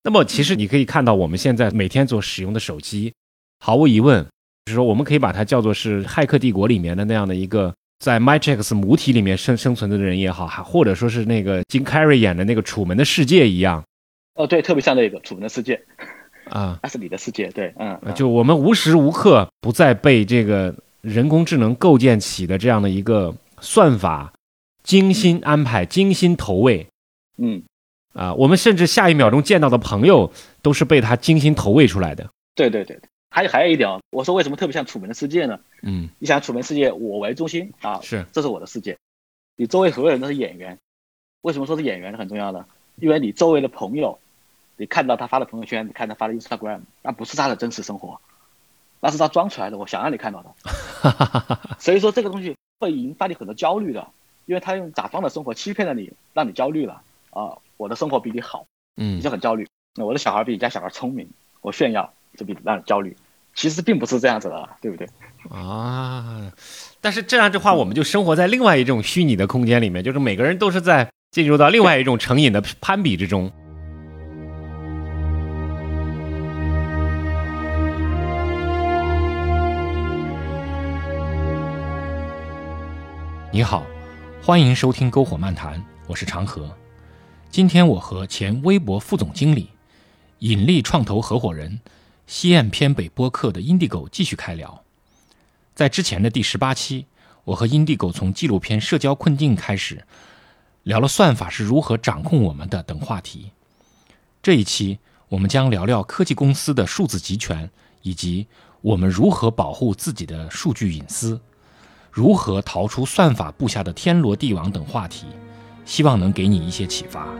那么其实你可以看到我们现在每天所使用的手机，毫无疑问就是说我们可以把它叫做是骇客帝国里面的那样的一个在 Matrix 母体里面生存的人也好，或者说是那个金凯瑞演的那个楚门的世界一样。 对，特别像那个楚门的世界啊， 那是你的世界，对， 就我们无时无刻不再被这个人工智能构建起的这样的一个算法精心安排、精心投喂。我们甚至下一秒钟见到的朋友都是被他精心投喂出来的。 对，还有一点我说为什么特别像楚门的世界呢？你想楚门世界我为中心啊， 是， 这是我的世界，你周围所有人都是演员。为什么说是演员很重要呢？因为你周围的朋友，你看到他发的朋友圈，你看他发的 Instagram， 那不是他的真实生活，那是他装出来的，我想让你看到的。所以说这个东西会引发你很多焦虑的，因为他用甲方的生活欺骗了你，让你焦虑了我的生活比你好，你就很焦虑。我的小孩比你家小孩聪明，我炫耀就比让你焦虑。其实并不是这样子的，对不对？ 但是这样的话，我们就生活在另外一种虚拟的空间里面，就是每个人都是在进入到另外一种成瘾的攀比之中。 你好，欢迎收听篝火漫谈，我是长河。今天我和前微博副总经理、引力创投合伙人、西岸偏北播客的 Indigo 继续开聊。在之前的第18期，我和 Indigo 从纪录片《社交困境》开始，聊了算法是如何掌控我们的等话题。这一期我们将聊聊科技公司的数字集权，以及我们如何保护自己的数据隐私，如何逃出算法布下的天罗地网等话题，希望能给你一些启发。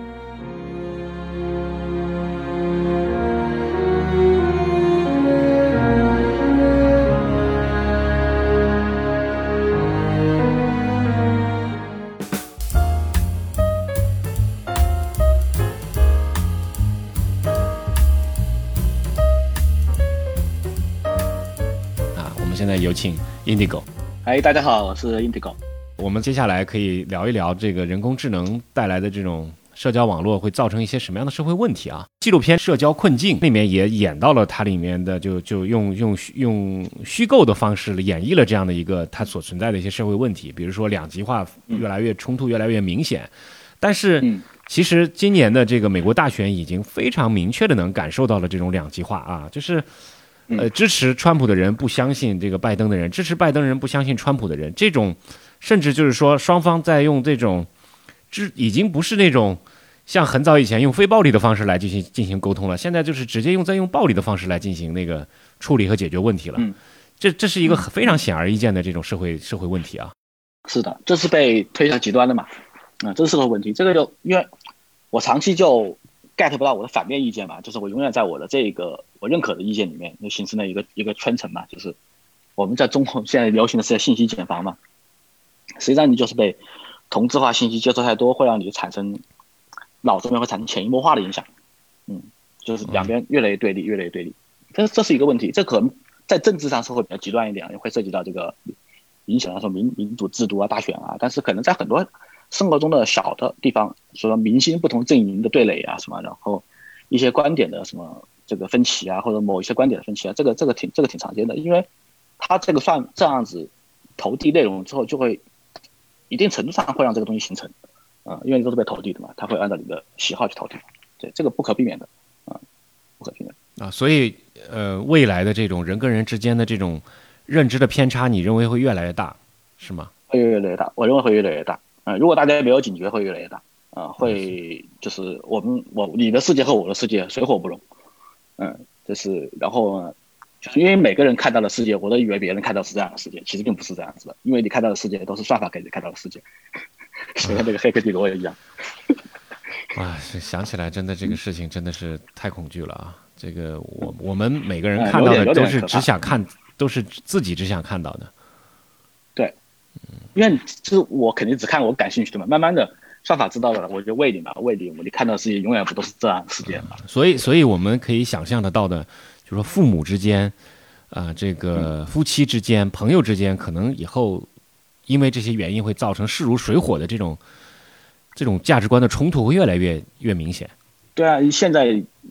现在有请 Indigo。 大家好，我是 Indigo。 我们接下来可以聊一聊这个人工智能带来的这种社交网络会造成一些什么样的社会问题啊？纪录片《社交困境》里面也演到了它里面的就用虚构的方式演绎了这样的一个它所存在的一些社会问题，比如说两极化越来越冲突越来越明显。但是其实今年的这个美国大选已经非常明确的能感受到了这种两极化啊，就是支持川普的人不相信这个拜登的人，支持拜登人不相信川普的人，这种甚至就是说双方在用这种已经不是那种像很早以前用非暴力的方式来进行沟通了，现在就是直接用暴力的方式来进行那个处理和解决问题了。这是一个非常显而易见的这种社会问题啊。 是的，这是被推向极端的嘛？这是社会问题。这个就因为我长期就 get 不到我的反面意见嘛，就是我永远在我的这个我认可的意见里面就形成了一个圈层嘛，就是我们在中国现在流行的是信息茧房嘛，实际上你就是被同质化信息接受太多，会让你产生脑子里面会产生潜移默化的影响，就是两边越来越对立，越来越对立。这是一个问题，这可能在政治上是会比较极端一点，会涉及到这个影响说民主制度啊、大选啊，但是可能在很多生活中的小的地方，说明星不同阵营的对垒啊什么，然后一些观点的什么这个分歧啊，或者某一些观点的分歧啊，这个挺常见的，因为他这个算这样子投递内容之后，就会一定程度上会让这个东西形成，因为你都是被投递的嘛，他会按照你的喜好去投递，对，这个不可避免的，不可避免啊，所以未来的这种人跟人之间的这种认知的偏差，你认为会越来越大，是吗？ 会越来越大，我认为会越来越大。如果大家没有警觉，会越来越大。会就是你的世界和我的世界水火不容。就是然后呢，就是因为每个人看到的世界，我都以为别人看到是这样的世界，其实并不是这样子的，因为你看到的世界都是算法给你看到的世界，就像这个黑客帝国也一样。 想起来真的这个事情真的是太恐惧了啊！这个我们每个人看到的都是只想看，都是自己只想看到的。对， 因为就是我肯定只看我感兴趣的嘛，慢慢的算法知道了，我就喂你嘛，喂你看到的世界永远不都是这样的世界嘛。 所以我们可以想象得到的，就是说父母之间，这个夫妻之间、朋友之间，可能以后因为这些原因会造成势如水火的这种价值观的冲突会越来越明显。 对啊，现在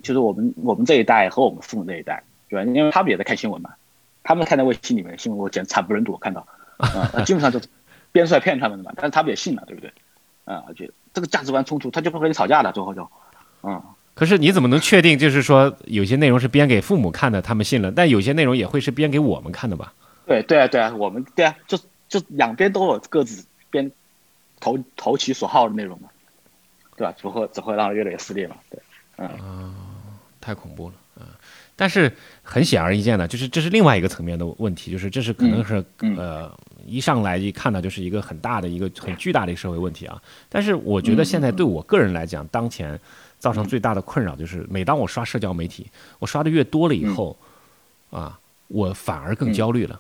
就是我们这一代和我们父母这一代，对吧？因为他们也在看新闻嘛，他们看在微信里面的新闻，我简直惨不忍睹，我看到，基本上就是编出来骗他们的嘛，但是他们也信了，对不对？而且这个价值观冲突，他就会和你吵架的，最后就， 可是你怎么能确定，就是说有些内容是编给父母看的，他们信了，但有些内容也会是编给我们看的吧？ 对啊，我们对啊，就两边都有各自编投其所好的内容嘛，对吧？只会让越来越撕裂嘛，对， 太恐怖了但是很显而易见的，就是这是另外一个层面的问题，就是这是可能是一上来一看到就是一个很大的一个很巨大的一个社会问题啊。但是我觉得现在对我个人来讲，当前造成最大的困扰就是，每当我刷社交媒体，我刷的越多了以后，我反而更焦虑了。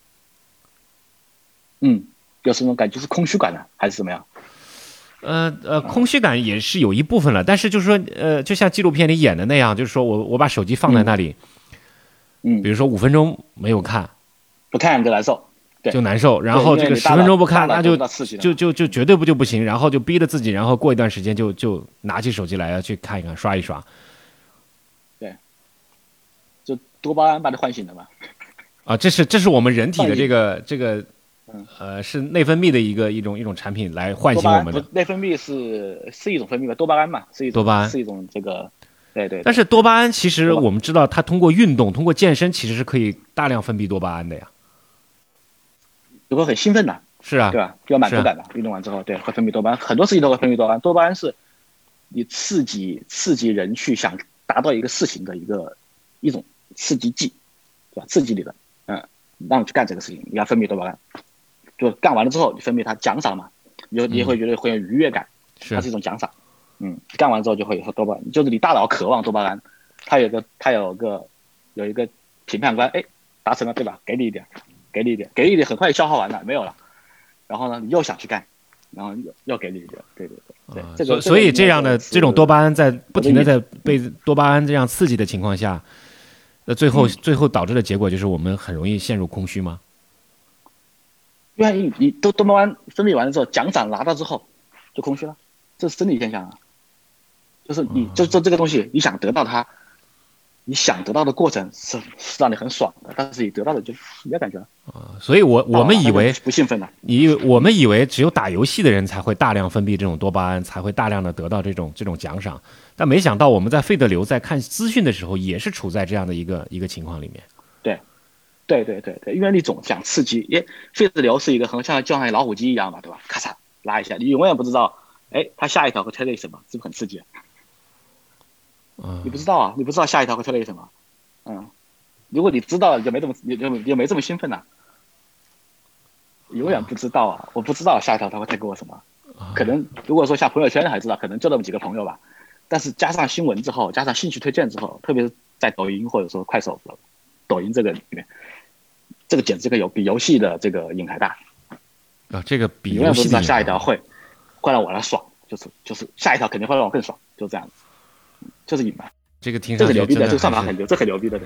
有什么感觉？就是空虚感呢，还是怎么样？ 空虚感也是有一部分了，但是就是说，就像纪录片里演的那样，就是说我把手机放在那里，比如说5分钟没有看， 不看就难受，对， 就难受，然后这个10分钟不看，那就绝对不行，然后就逼着自己，然后过一段时间就拿起手机来要去看一看，刷一刷， 对，就多巴胺把你唤醒了嘛。 这是我们人体的这个。是内分泌的一种产品来唤醒我们的。 内分泌是一种分泌吧，多巴胺嘛，是一种多巴胺， 是一种这个，对。 但是多巴胺其实我们知道，它通过运动、通过健身，其实是可以大量分泌多巴胺的呀。 有个很兴奋的， 是啊， 对吧？有满足感的，运动完之后，对，会分泌多巴胺，很多事情都会分泌多巴胺。多巴胺是你刺激人去想达到一个事情的一种刺激剂，对吧？刺激你的，让你去干这个事情，你要分泌多巴胺。就干完了之后，你分泌它奖赏嘛，你会觉得会有愉悦感，它是一种奖赏。干完之后就会有多巴胺，就是你大脑渴望多巴胺，它有一个评判官，达成了对吧？给你一点，很快就消耗完了，没有了。然后呢，你又想去干，然后又给你一点，对。 所以这样的这种多巴胺在不停的在被多巴胺这样刺激的情况下，最后导致的结果就是我们很容易陷入空虚吗？ 因为你多巴胺分泌完了之后，奖赏拿到之后就空虚了，这是生理现象啊。就是你就这个东西，你想得到它，你想得到的过程是让你很爽的，但是你得到的就没有感觉了。 所以我们以为不兴奋了。 我们以为只有打游戏的人才会大量分泌这种多巴胺，才会大量的得到这种奖赏，但没想到我们在费德流在看资讯的时候，也是处在这样的一个情况里面。 对，因为你总想刺激，费德流是一个就像老虎机一样嘛，对吧？咔嚓拉一下，你永远不知道，它下一条会推类什么，是不是很刺激？你不知道啊，你不知道下一条会推类什么，如果你知道了，你就没这么兴奋了。永远不知道啊，我不知道下一条他会推给我什么，可能如果说像朋友圈还知道，可能就那么几个朋友吧，但是加上新闻之后，加上兴趣推荐之后，特别是在抖音或者说快手、抖音这个里面。这个简直比游戏的这个瘾还大这个比游戏的瘾下一条会让我来爽，就是下一条肯定会让我更爽，就这样子，就是瘾嘛。 这个听上去牛逼的，这个算法很牛，这很牛逼的。对。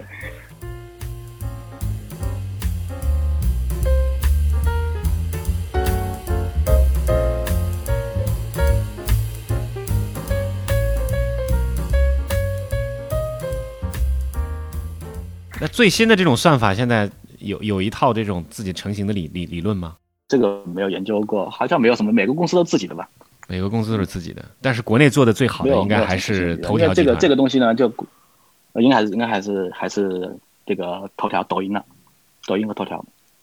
那最新的这种算法现在有一套这种自己成型的理论吗？ 这个没有研究过，好像没有什么，每个公司都自己的吧？ 每个公司都是自己的，但是国内做的最好的应该还是头条集团。 这个东西呢，就应该还是这个头条、抖音了，抖音和头条。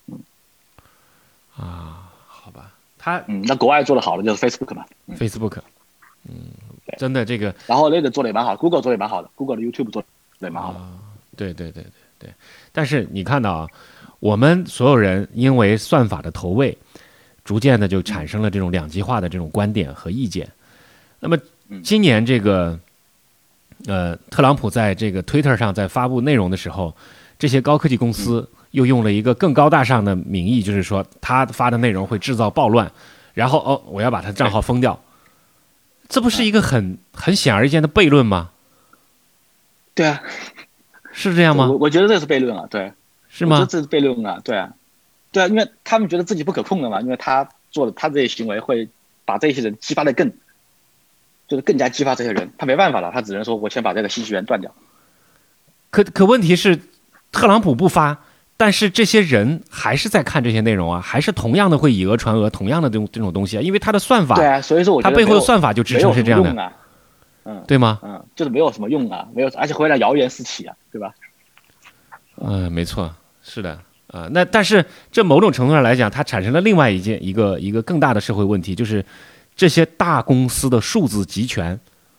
好吧， 那国外做的好的就是 Facebook 嘛。 Facebook，真的这个。 然后那个做的也蛮好 ，Google 做的也蛮好的 ，Google 的 YouTube 做的也蛮好的。 对，但是你看到啊，我们所有人因为算法的投喂，逐渐的就产生了这种两极化的这种观点和意见。那么今年这个特朗普在这个 Twitter 上在发布内容的时候，这些高科技公司又用了一个更高大上的名义，就是说他发的内容会制造暴乱，然后我要把他账号封掉，这不是一个很显而易见的悖论吗？ 对啊。 是这样吗？ 我觉得这是悖论啊，对， 是吗？ 这是悖论啊，对啊，因为他们觉得自己不可控的嘛，因为他做的他这些行为会把这些人激发的更就是更加激发这些人，他没办法了，他只能说我先把这个信息源断掉。 可问题是，特朗普不发，但是这些人还是在看这些内容啊，还是同样的会以讹传讹，同样的这种东西啊，因为他的算法， 对啊，所以说我觉得他背后的算法就支撑是这样的，对吗？ 就是没有什么用啊，没有，而且回来谣言四起啊，对吧？ 没错，是的。那但是这某种程度上来讲，它产生了另外一个更大的社会问题，就是这些大公司的数字集权。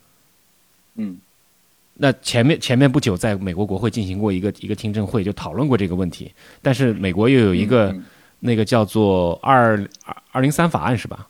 那前面不久，在美国国会进行过一个听证会，就讨论过这个问题。但是美国又有一个那个叫做203法案是吧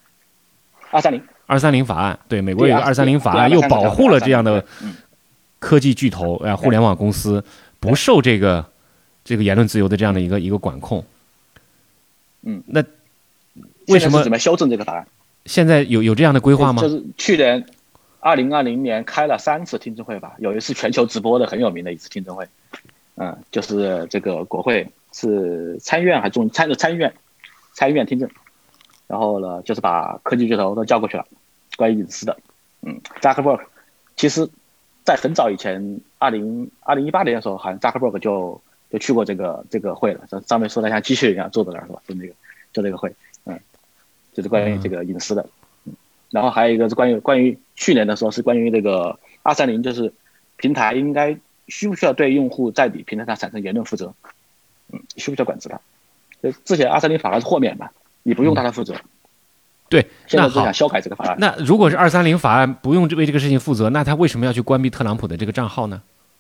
？230法案，对，美国有一个230法案，又保护了这样的科技巨头互联网公司不受这个言论自由的这样的一个管控。那为什么准备修正这个法案？ 现在有这样的规划吗？ 就是去年2020年开了3次听证会吧，有一次全球直播的很有名的一次听证会。就是这个国会是参议院还是参议院听证，然后呢就是把科技巨头都叫过去了，关于隐私的。Zuckerberg 其实在很早以前2018年的时候，好像 Zuckerberg 就去过这个会了，上面说的像机器人一样坐在那儿是吧？就那个会，就是关于这个隐私的。然后还有一个是关于去年的时候是关于这个230，就是平台应该需不需要对用户在你平台上产生言论负责，需不需要管制它？之前230法案是豁免嘛，你不用它的负责。 对， 现在就想修改这个法案。 那如果是230法案不用为这个事情负责，那他为什么要去关闭特朗普的这个账号呢？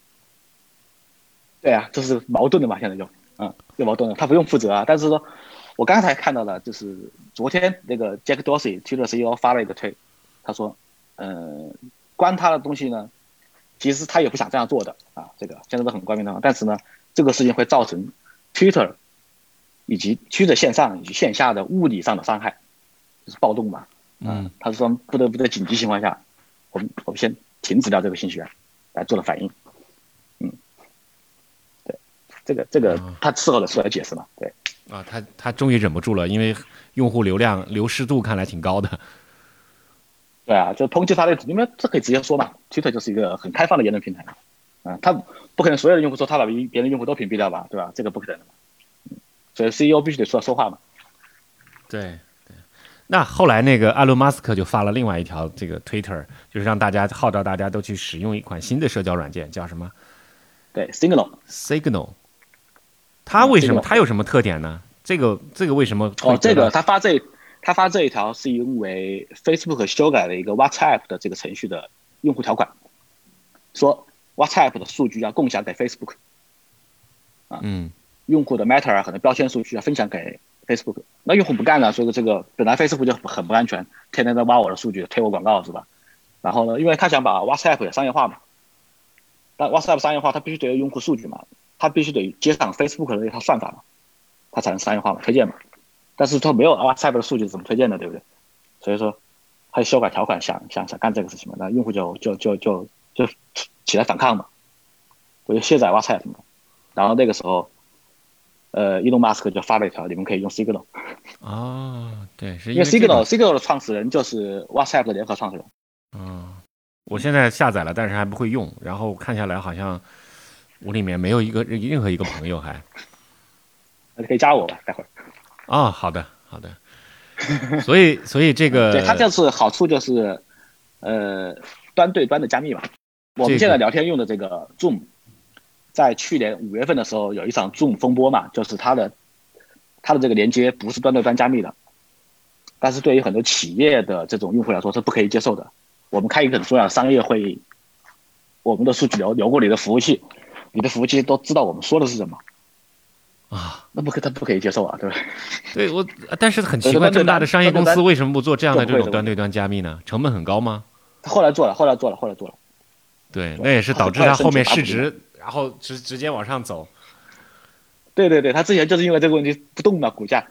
对啊，这是矛盾的嘛，现在有矛盾的，他不用负责啊。但是说，我刚才看到了，就是昨天那个 Jack Dorsey，Twitter CEO 发了一个推，他说，关他的东西呢，其实他也不想这样做的啊，这个现在都很冠冕堂皇，但是呢，这个事情会造成 Twitter 以及 Twitter 线上以及线下的物理上的伤害，就是暴动嘛。他是说不得不在紧急情况下，我们先停止掉这个信息源，来做了反应。对，这个他事后的出来解释嘛，对。 他终于忍不住了，因为用户流量流失度看来挺高的。 对啊，就抨击他的，因为这可以直接说嘛 ，Twitter 就是一个很开放的言论平台他不可能所有的用户说他把别人用户都屏蔽掉吧，对吧？这个不可能的嘛。所以 CEO 必须得出来说话嘛。 对。那后来那个埃隆·马斯克就发了另外一条这个 Twitter， 就是让大家号召大家都去使用一款新的社交软件，叫什么？ 对 ，Signal。 他为什么？他有什么特点呢？这个为什么？ 这个他发这一条是因为 Facebook 修改了一个 WhatsApp 的这个程序的用户条款，说 WhatsApp 的数据要共享给 Facebook，用户的 Meta 可能标签数据要分享给 Facebook， 那用户不干了，所以这个本来 Facebook 就很不安全，天天在挖我的数据，推我广告是吧？然后呢，因为他想把 WhatsApp 也商业化嘛，但 WhatsApp 商业化，它必须得有用户数据嘛。他必须得接上 Facebook 的那套算法嘛，他才能商业化嘛，推荐嘛。但是他没有 WhatsApp 的数据怎么推荐的，对不对？所以说，他修改条款想干这个事情嘛，那用户就起来反抗嘛，我就卸载 WhatsApp 嘛。然后那个时候，伊隆马斯克就发了一条，你们可以用 Signal。 对，是因为 Signal 的创始人就是 WhatsApp 的联合创始人。 我现在下载了，但是还不会用，然后看下来好像。我里面没有任何一个朋友还， 可以加我吧，待会儿。好的。所以这个， 对，它就是好处就是，端对端的加密嘛。我们现在聊天用的这个 Zoom， 在去年5月份的时候有一场 Zoom 风波嘛，就是它的这个连接不是端对端加密的，但是对于很多企业的这种用户来说是不可以接受的。我们开一个很重要的商业会议，我们的数据流过你的服务器。你的服务器都知道我们说的是什么那他不可以接受啊，对吧？ 对，但是很奇怪，这么大的商业公司为什么不做这样的这种端对端加密呢？成本很高吗？ 他后来做了。 对，那也是导致他后面市值然后直接往上走。 对，他之前就是因为这个问题不动嘛，股价。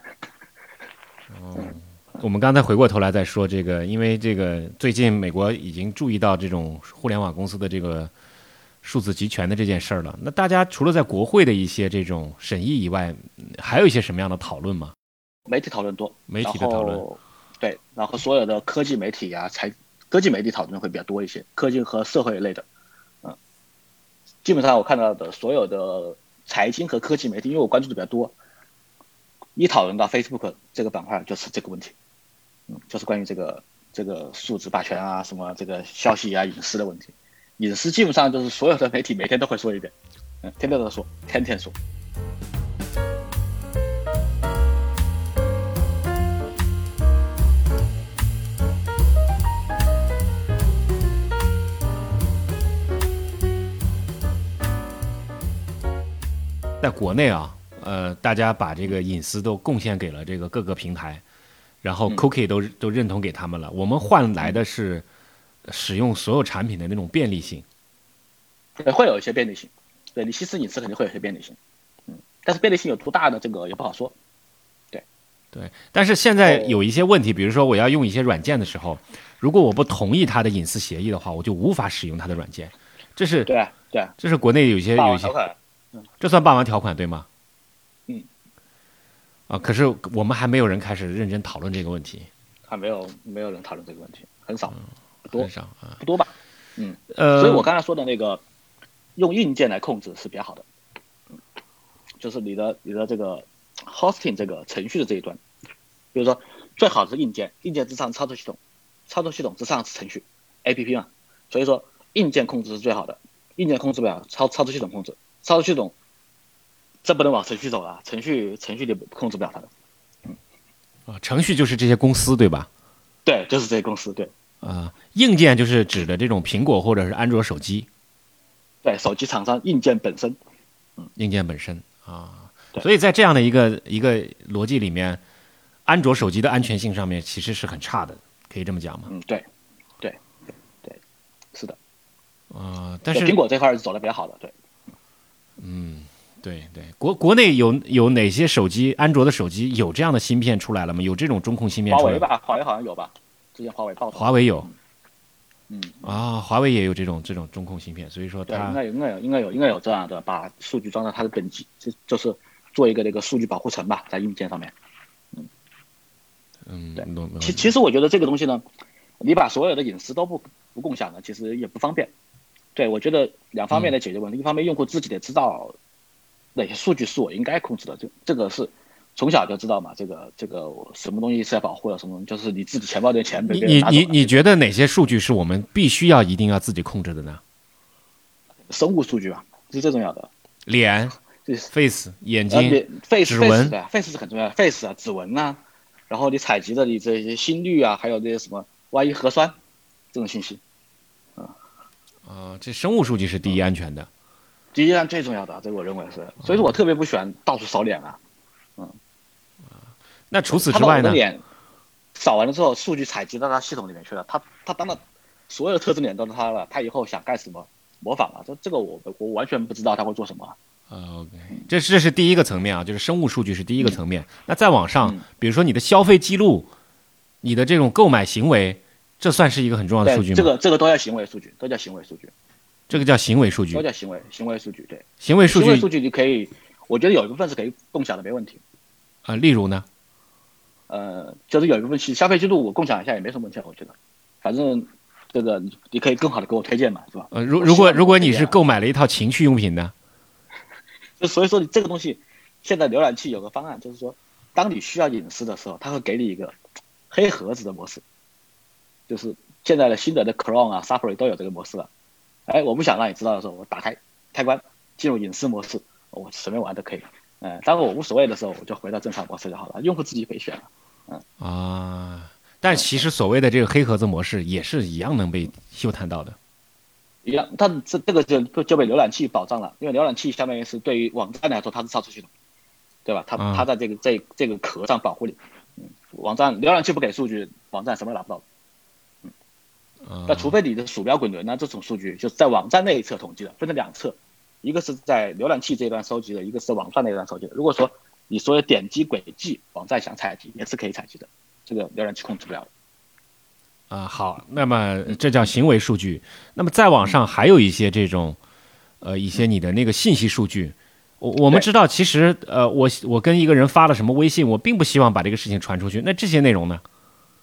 我们刚才回过头来再说这个，因为这个最近美国已经注意到这种互联网公司的这个。数字集权的这件事儿了，那大家除了在国会的一些这种审议以外，还有一些什么样的讨论吗？ 媒体讨论多， 媒体的讨论， 对，然后所有的科技媒体各科技媒体讨论会比较多一些，科技和社会类的，基本上我看到的所有的财经和科技媒体，因为我关注的比较多，一讨论到 Facebook 这个板块就是这个问题，就是关于这个数字霸权啊，什么这个消息啊、隐私的问题，隐私基本上就是所有的媒体每天都会说一遍，天天都说，天天说。 在国内啊，大家把这个隐私都贡献给了这个各个平台，然后 cookie 都认同给他们了。我们换来的是使用所有产品的那种便利性。 对，会有一些便利性。对，你稀释隐私肯定会有一些便利性。但是便利性有多大呢？这个也不好说。 对，但是现在有一些问题，比如说我要用一些软件的时候，如果我不同意它的隐私协议的话，我就无法使用它的软件。这是对， 这是国内有一些这算霸王条款对吗？可是我们还没有人开始认真讨论这个问题， 还没有人讨论这个问题，很少，不多， 很少啊， 不多吧？所以我刚才说的那个用硬件来控制是比较好的，就是你的这个 hosting 这个程序的这一端，比如说最好的是硬件之上操作系统，操作系统之上是程序 APP 嘛，所以说硬件控制是最好的，硬件控制不了操作系统控制。操作系统，这不能往程序走了，程序你控制不了它的。 程序就是这些公司对吧？ 对，就是这些公司对。 硬件就是指的这种苹果或者是安卓手机。 对，手机厂商硬件本身。 硬件本身啊，所以在这样的一个逻辑里面，安卓手机的安全性上面其实是很差的，可以这么讲吗？ 对，是的。 但是苹果这块是走的比较好的，对。 对，国内有哪些手机，安卓的手机有这样的芯片出来了吗？有这种中控芯片出来了？ 华为好像有吧？之前华为报道。 华为有。华为也有这种中控芯片，所以说它应该有这样的，把数据装到它的本机，就是做一个那个数据保护层吧，在硬件上面。对。其实我觉得这个东西呢，你把所有的隐私都不共享了，其实也不方便。对，我觉得两方面来解决问题，一方面用户自己得知道哪些数据是我应该控制的，这个是从小就知道嘛，这个什么东西是要保护的，什么就是你自己钱包里的钱被别人拿走了。 你觉得哪些数据是我们必须一定要自己控制的呢？ 生物数据吧，是最重要的。 脸 ，face 眼睛指纹， 对 ，face 是很重要的 ，face 啊，指纹啊，然后你采集的你这些心率啊，还有这些什么万一核酸这种信息。 这生物数据是第一安全的。 第一安最重要的，这个我认为是，所以说我特别不喜欢到处扫脸啊。 那除此之外呢？ 脸扫完了之后，数据采集到他系统里面去了，他当了所有特征脸都是他了，他以后想干什么模仿了，这个我完全不知道他会做什么。 OK， 这是第一个层面啊，就是生物数据是第一个层面。那再往上，比如说你的消费记录，你的这种购买行为，这算是一个很重要的数据吗？ 这个都叫行为数据，都叫行为数据。 这个叫行为数据， 都叫行为数据，对。 行为数据你可以，我觉得有一部分是可以共享的，没问题。 例如呢？ 就是有一部分消费记录我共享一下也没什么问题，我觉得。反正这个你可以更好的给我推荐嘛，是吧？ 如果你是购买了一套情趣用品呢？ 就所以说你这个东西，现在浏览器有个方案，就是说，当你需要隐私的时候，它会给你一个黑盒子的模式，就是现在的新的Chrome 啊、Safari 都有这个模式了。我不想让你知道的时候，我打开开关进入隐私模式，我随便玩都可以。当我无所谓的时候，我就回到正常模式就好了。用户自己可以选了。 但其实所谓的这个黑盒子模式也是一样能被嗅探到的。 一样，它这个就被浏览器保障了，因为浏览器相当于是对于网站来说它是操作系统，对吧？它在这个壳上保护你。网站浏览器不给数据，网站什么都拿不到。那除非你的鼠标滚轮这种数据就是在网站那一侧统计的，分成两侧，一个是在浏览器这一端收集的，一个是网站那一端收集的。如果说你所有点击轨迹，网站想采集也是可以采集的，这个浏览器控制不了的。 好，那么这叫行为数据。那么再往上还有一些这种，一些你的那个信息数据。我们知道，其实我跟一个人发了什么微信，我并不希望把这个事情传出去。那这些内容呢？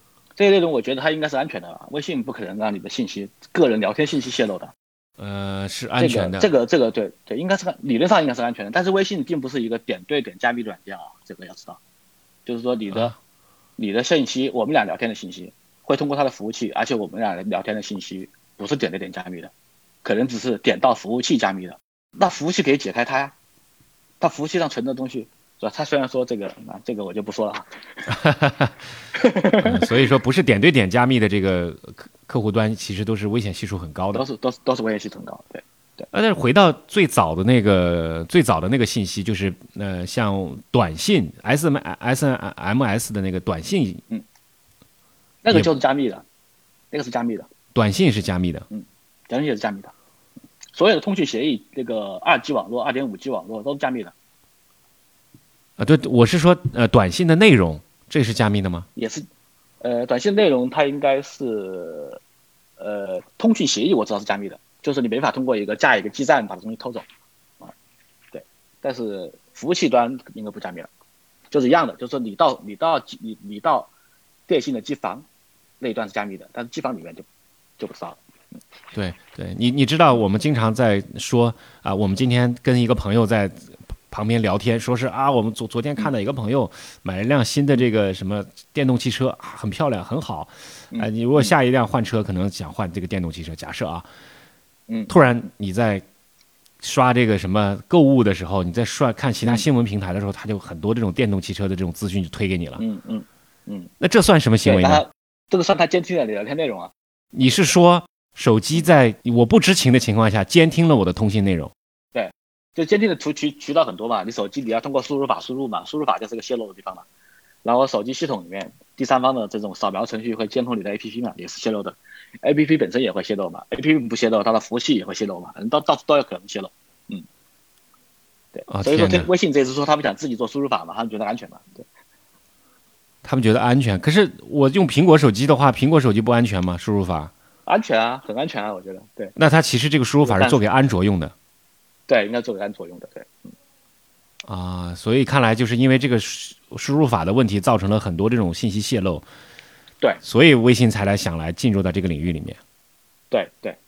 这些内容我觉得它应该是安全的，微信不可能让你的信息、个人聊天信息泄露的。 是安全的。 这个对，应该是理论上应该是安全的，但是微信并不是一个点对点加密软件啊，这个要知道。就是说你的信息，我们俩聊天的信息会通过它的服务器，而且我们俩聊天的信息不是点对点加密的，可能只是点到服务器加密的。那服务器可以解开它呀，它服务器上存的东西，是吧？它虽然说这个我就不说了啊。 所以说不是点对点加密的这个客户端，其实都是危险系数很高的， 都是危险系数很高，对。 但是回到最早的那个信息，就是像短信 SMS 的那个短信， 那个就是加密的，那个是加密的， 短信是加密的， 短信也是加密的，所有的通讯协议，这个2G 网络、2.5G 网络都是加密的。 对，我是说短信的内容，这是加密的吗？ 也是，短信内容它应该是，通讯协议我知道是加密的。就是你没法通过架一个基站把东西偷走，对，但是服务器端应该不加密了，就是一样的，就是说你到电信的机房那一段是加密的，但是机房里面就不知道了。 对，你知道我们经常在说啊，我们今天跟一个朋友在旁边聊天，说是啊，我们昨天看到一个朋友买了一辆新的这个什么电动汽车，很漂亮，很好，你如果下一辆换车，可能想换这个电动汽车，假设啊。突然你在刷这个什么购物的时候，你在看其他新闻平台的时候，它就很多这种电动汽车的这种资讯就推给你了。那这算什么行为呢？ 这个算它监听的聊天内容啊。 你是说手机在我不知情的情况下监听了我的通信内容？ 对，就监听的渠道很多嘛。你手机你要通过输入法输入嘛，输入法就是个泄露的地方嘛。然后手机系统里面第三方的这种扫描程序会监控你的 APP 嘛，也是泄露的。APP 本身也会泄露嘛 ，APP 不泄露，它的服务器也会泄露嘛，到处都有可能泄露。对，所以说微信这次说他们想自己做输入法嘛，他们觉得安全嘛，对。 他们觉得安全，可是我用苹果手机的话，苹果手机不安全吗？输入法安全啊，很安全啊，我觉得。对。 那它其实这个输入法是做给安卓用的。 对，应该做给安卓用的，对。 所以看来就是因为这个输入法的问题，造成了很多这种信息泄露。 对， 所以微信才想来进入到这个领域里面。 对。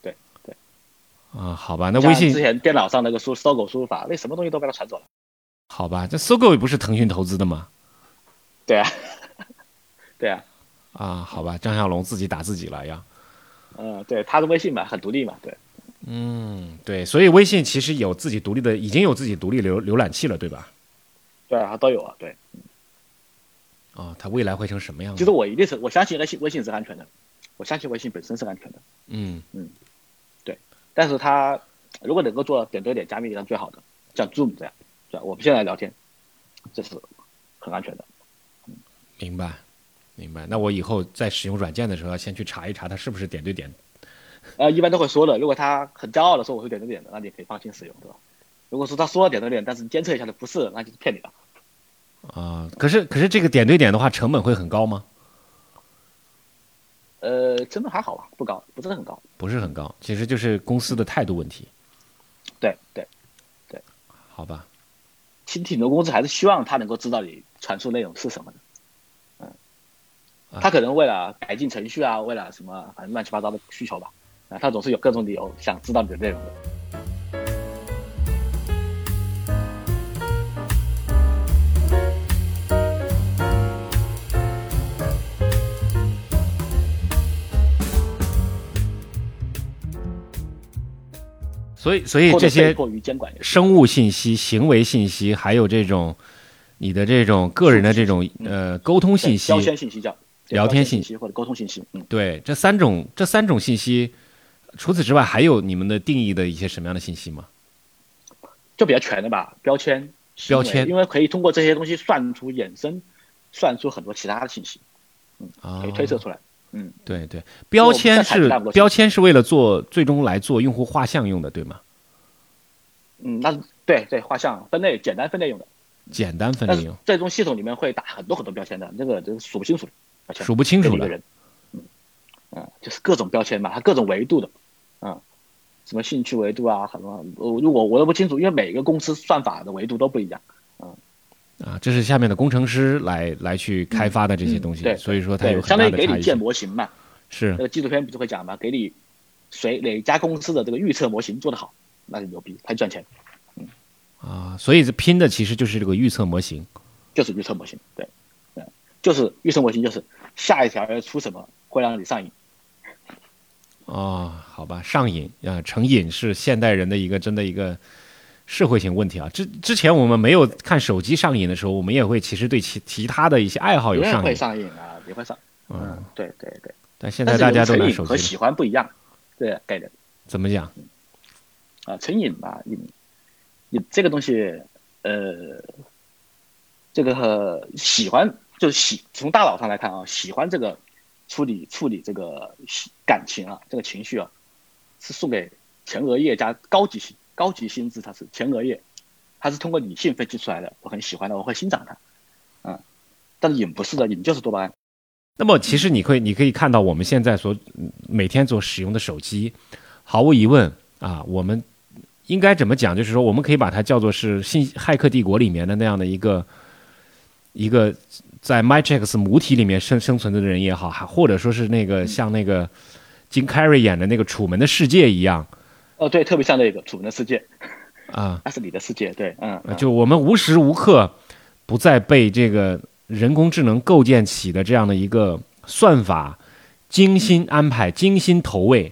好吧，那微信之前电脑上那个搜狗输入法，那什么东西都被它传走了。 好吧，这搜狗也不是腾讯投资的吗？ 对啊，对啊。 好吧，张小龙自己打自己了呀。 对，他的微信嘛，很独立嘛，对。 对，所以微信其实已经有自己独立浏览器了，对吧？ 对啊，它都有啊，对。 它未来会成什么样子？ 其实我相信微信是安全的，我相信微信本身是安全的。对。但是它如果能够做点对点加密，那最好的，像 Zoom 这样，是吧？我们现在聊天，这是很安全的。 明白。那我以后在使用软件的时候，要先去查一查它是不是点对点。 一般都会说的，如果他很骄傲的说我是点对点的，那你可以放心使用，对吧？如果说他说了点对点，但是监测一下的不是，那就是骗你的。 可是这个点对点的话，成本会很高吗？ 成本还好吧，不高，不是很高。 不是很高，其实就是公司的态度问题。 对。 好吧。 挺多公司还是希望他能够知道你传输内容是什么的。他可能为了改进程序啊，为了什么反正乱七八糟的需求吧，他总是有各种理由想知道你的内容的。 所以这些生物信息、行为信息，还有这种你的这种个人的这种沟通信息、 标签信息叫聊天信息或者沟通信息。 对，这三种信息，除此之外还有你们的定义的一些什么样的信息吗？ 就比较全的吧，标签，因为可以通过这些东西算出很多其他的信息，可以推测出来。 对，标签是为了最终来做用户画像用的，对吗？ 那对画像分类，简单分类用的。 简单分类用。 这种系统里面会打很多标签的，这个数不清楚的。 数不清楚的人。就是各种标签嘛，它各种维度的，什么兴趣维度啊，什么我都不清楚，因为每个公司算法的维度都不一样。 啊，这是下面的工程师来去开发的这些东西， 对， 所以说它有很相当于大的差异性。 给你建模型嘛。 是那个纪录片不是会讲嘛，给你哪家公司的这个预测模型做得好，那就牛逼，还赚钱。 啊，所以这拼的其实就是这个预测模型。 就是预测模型，对，就是预测模型，就是下一条要出什么会让你上瘾。 哦，好吧，上瘾啊，成瘾是现代人的一个真的一个社会性问题啊。之前我们没有看手机上瘾的时候，我们也会其实对其他的一些爱好有上瘾， 会上瘾啊，也会上。对。 但现在大家都拿手机。 和喜欢不一样，对概念。 怎么讲？ 成瘾吧，你这个东西，这个喜欢就是从大脑上来看啊，喜欢这个处理这个感情啊，这个情绪啊，是送给前额叶加高级心智，它是前额叶，它是通过理性分析出来的。我很喜欢的，我会欣赏它，但是瘾不是的，瘾就是多巴胺。 那么其实你可以看到我们现在每天所使用的手机，毫无疑问啊，我们应该怎么讲？就是说，我们可以把它叫做是骇客帝国里面的那样的一个在 Matrix 母体里面生存的人也好，或者说是那个像那个金凯瑞演的那个《楚门的世界》一样。 对，特别像那个《楚门的世界》 啊， 那是你的世界，对， 就我们无时无刻不再被这个人工智能构建起的这样的一个算法精心安排、精心投喂。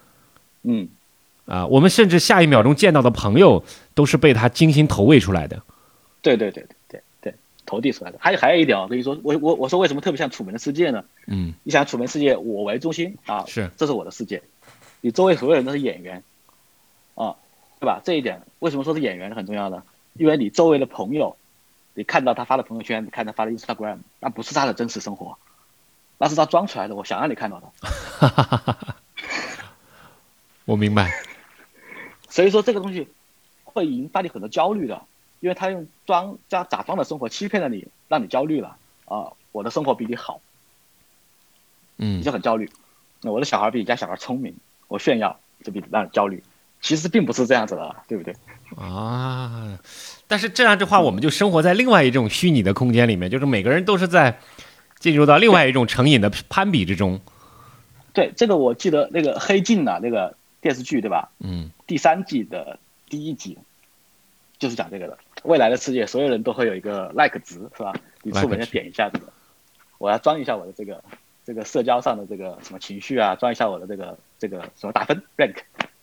我们甚至下一秒钟见到的朋友都是被他精心投喂出来的。 对，投递出来的。还有一点，我跟你说，我说为什么特别像《楚门的世界》呢？你想《楚门世界》，我为中心啊，这是我的世界，你周围所有人都是演员啊，对吧？这一点为什么说是演员很重要呢？因为你周围的朋友，你看到他发的朋友圈，你看他发的 Instagram， 那不是他的真实生活，那是他装出来的，我想让你看到的。 我明白。 所以说这个东西会引发你很多焦虑的，因为他用假装的生活欺骗了你，让你焦虑了啊！我的生活比你好，你就很焦虑。那我的小孩比你家小孩聪明，我炫耀就比让你焦虑。其实并不是这样子的，对不对？ 啊！但是这样的话，我们就生活在另外一种虚拟的空间里面，就是每个人都是在进入到另外一种成瘾的攀比之中。 对，这个我记得那个黑镜啊，那个电视剧对吧？第3季的第1集就是讲这个的。未来的世界，所有人都会有一个 like 值，是吧？你出门要点一下这个，我要装一下我的这个社交上的这个什么情绪啊，装一下我的这个什么打分 rank，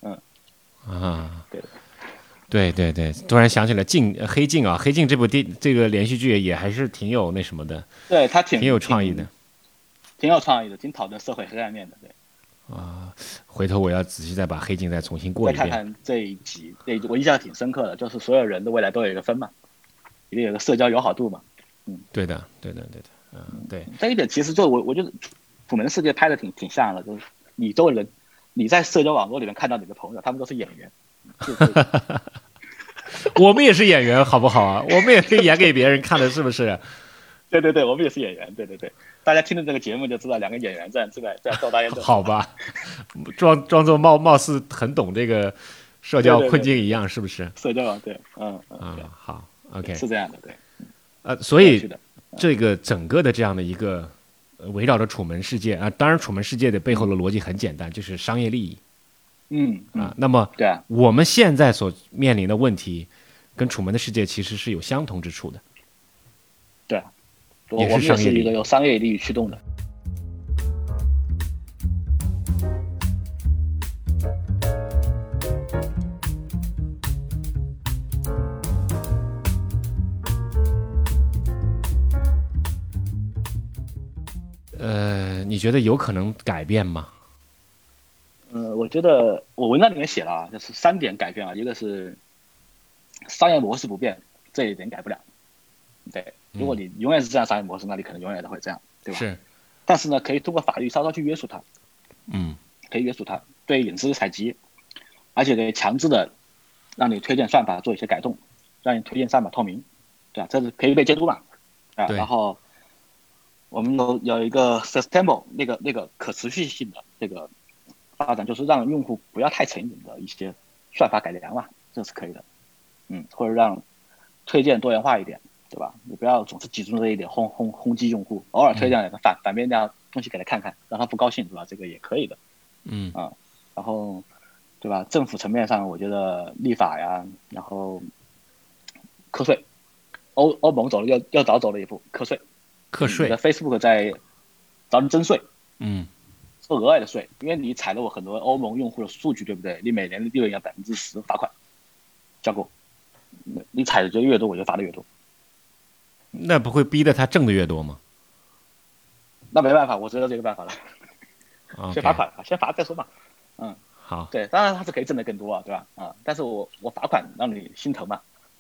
对，突然想起了黑镜啊，黑镜这部这个连续剧也还是挺有那什么的， 对，它挺有创意的， 挺有创意的，挺讨论社会黑暗面的，对。 回头我要仔细再把黑镜再重新过一遍。 再看看这一集，我印象挺深刻的，就是所有人的未来都有一个分嘛，一定有个社交友好度嘛。 对的，对。 这一点其实就我觉得《楚门世界》拍的挺像的，就是你周围人，你在社交网络里面看到你的朋友，他们都是演员。 我们也是演员，好不好啊？我们也可以演给别人看的，是不是？ 对，我们也是演员，对。大家听了这个节目就知道，两个演员在逗大家乐。 好吧，装作貌似很懂这个社交困境一样，是不是？ 社交对， 好 ，OK， 是这样的，对。 所以这个整个的这样的一个围绕着楚门世界啊，当然楚门世界的背后的逻辑很简单，就是商业利益。那么对啊， 我们现在所面临的问题，跟楚门的世界其实是有相同之处的。 对啊。我们也是一个由商业利益驱动的。 你觉得有可能改变吗？ 我觉得我文章里面写了啊，就是3点改变啊，一个是商业模式不变，这一点改不了。对，如果你永远是这样商业模式，那你可能永远都会这样，对吧？ 是。 但是呢，可以通过法律稍稍去约束它。可以约束它，对隐私的采集，而且可以强制的让你推荐算法做一些改动，让你推荐算法透明，对吧？这是可以被监督嘛？然后我们有一个 sustainable 那个可持续性的这个发展，就是让用户不要太成瘾的一些算法改良嘛，这是可以的。或者让推荐多元化一点， 对吧？你不要总是集中在一点轰击用户，偶尔推这样一个反面这样东西给他看看，让他不高兴，对吧？这个也可以的。然后对吧？政府层面上，我觉得立法呀，然后课税，欧盟走了要早走了一步，课税。Facebook 在找你征税，收额外的税，因为你采了我很多欧盟用户的数据，对不对？你每年的利润要10%罚款，交够，你采的越多，我就罚的越多。 那不会逼得他挣的越多吗？ 那没办法，我知道这个办法了。先罚款，先罚再说嘛。 好。 对，当然他是可以挣的更多啊，对吧？但是我罚款让你心疼嘛。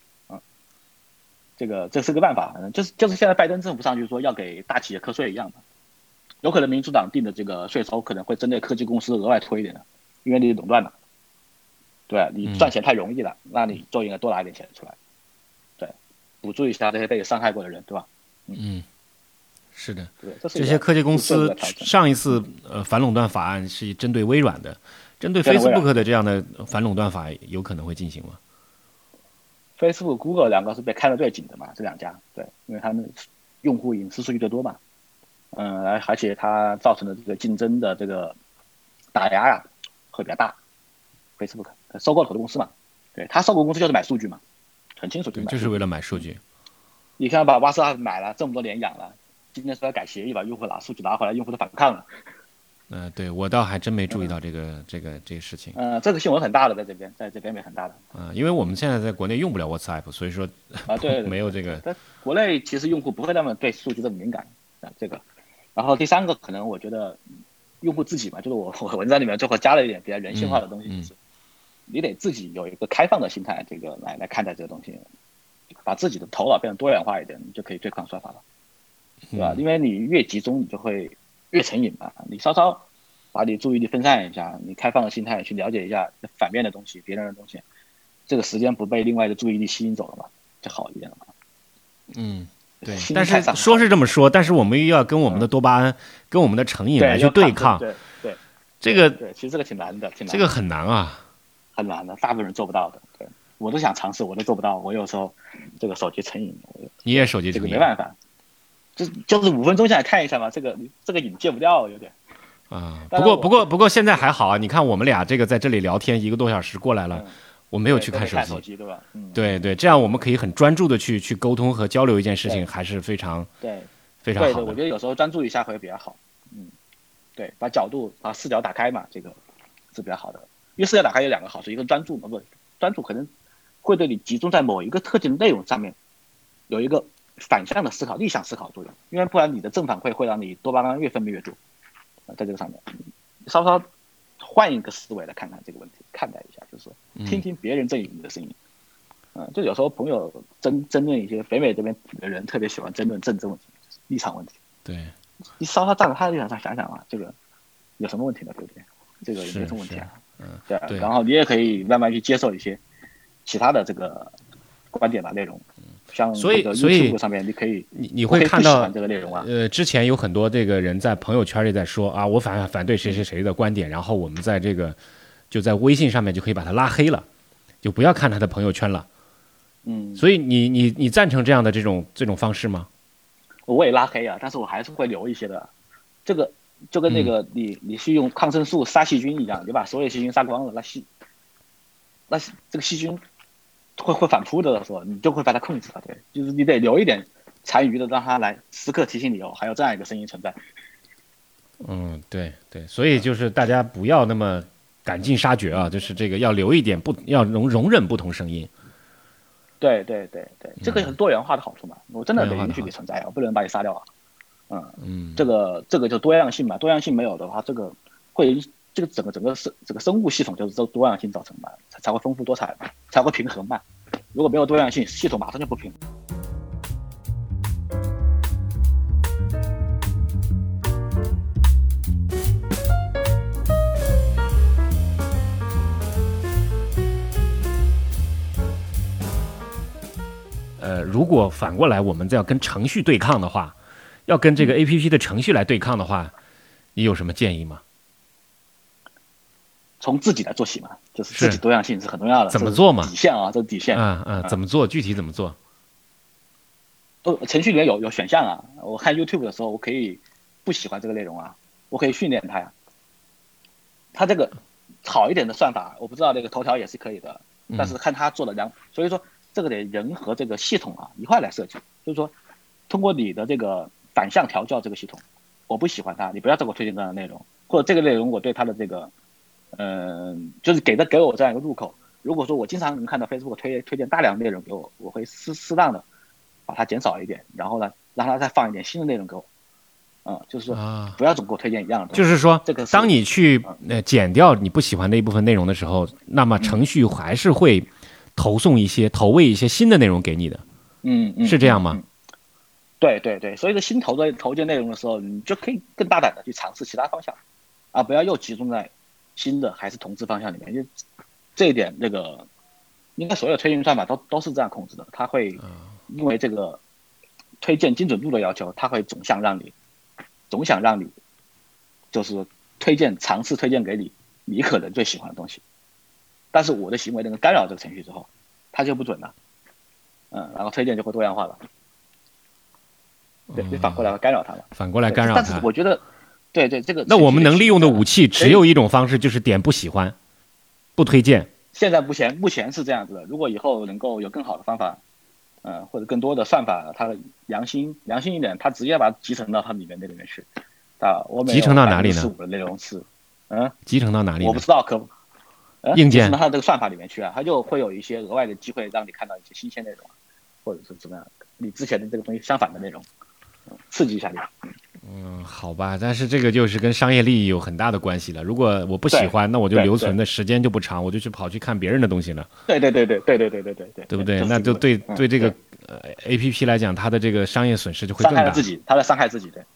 这是个办法，就是现在拜登政府上去说要给大企业课税一样的，有可能民主党定的这个税收可能会针对科技公司额外拖一点的，因为你垄断了，对，你赚钱太容易了，那你就应该多拿一点钱出来，对，补助一下这些被伤害过的人，对吧？ 是的， 对， 这些科技公司上一次反垄断法案是针对微软的，针对 Facebook 的这样的反垄断法有可能会进行吗 ？Facebook、Google 两个是被看得最紧的嘛，这两家，对，因为他们用户隐私数据最多嘛，而且它造成的这个竞争的这个打压呀会比较大。Facebook 收购了很多公司嘛，对，他收购公司就是买数据嘛，很清楚， 就是为了买数据。 你看把挖斯拉买了这么多年养了，今天说要改协议把用户拿数据拿回来，用户都反抗了。 对，我倒还真没注意到这个事情。 这个新闻很大的，在这边也很大的。 因为我们现在在国内用不了 WhatsApp， 所以说对没有这个。 在国内其实用户不会那么对数据这么敏感这个。然后第三个可能我觉得用户自己嘛，就是我文章里面最后加了一点比较人性化的东西，就是你得自己有一个开放的心态，这个来看待这个东西，把自己的头脑变得多元化一点，你就可以对抗算法了，对吧？因为你越集中，你就会越成瘾嘛，你稍稍把你注意力分散一下，你开放的心态去了解一下反面的东西、别人的东西，这个时间不被另外的注意力吸引走了嘛，就好一点了嘛。 对。但是说是这么说，但是我们又要跟我们的多巴胺、跟我们的成瘾来去对抗。 对， 这个对，其实这个挺难的， 这个很难啊， 很难的，大部分人做不到的。对，我都想尝试，我都做不到。我有时候这个手机成瘾， 你也手机成瘾， 这个没办法。就是5分钟下来看一下嘛，这个瘾戒不掉，有点。 不过现在还好啊，你看我们俩这个在这里聊天1个多小时过来了，我没有去看手机，对吧？ 对，这样我们可以很专注的去沟通和交流一件事情，还是非常非常好的。 对，我觉得有时候专注一下会比较好。对，把视角打开嘛，这个是比较好的。因为视角打开有2个好处，一个专注嘛，专注可能会对你集中在某一个特定内容上面有一个反向的思考、逆向思考作用，因为不然你的正反馈会让你多巴胺越分泌越多。在这个上面，稍稍换一个思维来看看这个问题，看待一下，就是说听听别人阵营的声音。就有时候朋友争论一些北美这边的人特别喜欢争论政治问题、立场问题。 对， 你稍稍站在他的立场上想想啊，这个有什么问题呢？对不对？这个也没什么问题啊。对。然后你也可以慢慢去接受一些其他的这个观点吧、内容。像所以 YouTube 上面你可以你会看到这个内容啊。 之前有很多这个人在朋友圈里在说啊，我反对谁谁谁的观点，然后我们在这个就在微信上面就可以把他拉黑了，就不要看他的朋友圈了。所以你赞成这样的这种方式吗？ 我也拉黑啊，但是我还是会留一些的。这个就跟那个你去用抗生素杀细菌一样，你把所有细菌杀光了，那这个细菌会反扑的时候，你就会把它控制了。对，就是你得留一点残余的，让它来时刻提醒你还有这样一个声音存在。 对，所以就是大家不要那么赶尽杀绝啊，就是这个要留一点，要容忍不同声音。 对，这个是多元化的好处嘛，我真的得允许你存在，我不能把你杀掉啊。这个就多样性嘛，多样性没有的话，这个整个生物系统就是多样性造成嘛，才会丰富多彩嘛，才会平衡嘛。如果没有多样性，系统马上就不平衡。 如果反过来我们再要跟程序对抗的话，要跟这个 APP 的程序来对抗的话，你有什么建议吗？ 从自己来做起嘛，就是自己多样性是很重要的。 怎么做嘛？ 底线啊，这是底线。 怎么做？具体怎么做？ 程序里面有选项啊，我看 YouTube 的时候，我可以不喜欢这个内容啊，我可以训练它呀。它这个好一点的算法，我不知道那个头条也是可以的，但是看它做的所以说这个得人和这个系统啊一块来设计，就是说通过你的这个反向调教这个系统，我不喜欢它，你不要给我推荐这样的内容，或者这个内容我对它的这个就是给我这样一个入口。如果说我经常能看到 Facebook 推荐大量内容给我，我会适当的把它减少一点，然后呢让它再放一点新的内容给我。就是说不要总给我推荐一样的东西。 就是说这个当你去减掉你不喜欢的一部分内容的时候，那么程序还是会投喂一些新的内容给你的。是这样吗？ 对对对，所以说新投件内容的时候，你就可以更大胆的去尝试其他方向，不要又集中在新的还是同质方向里面。就这一点，那个应该所有推荐算法都是这样控制的，它会因为这个推荐精准度的要求，它会总想让你就是尝试推荐给你可能最喜欢的东西，但是我的行为能干扰这个程序之后，它就不准了。然后推荐就会多样化了。对，就反过来干扰它了。 反过来干扰它。 但是我觉得，对这个。 那我们能利用的武器只有一种方式，就是点不喜欢，不推荐。 现在目前是这样子的。如果以后能够有更好的方法，或者更多的算法，它良心一点，它直接把它集成到它里面那里面去。 集成到哪里呢？ 的内容是， 集成到哪里？ 我不知道， 硬件。 集成到它这个算法里面去啊，它就会有一些额外的机会让你看到一些新鲜内容，或者是怎么样，你之前的这个东西相反的内容。刺激一下你。 好吧，但是这个就是跟商业利益有很大的关系了。如果我不喜欢，那我就留存的时间就不长，我就跑去看别人的东西了。 对，对不对？ 那就对这个APP 来讲，它的这个商业损失就会更大。 它在伤害自己，对。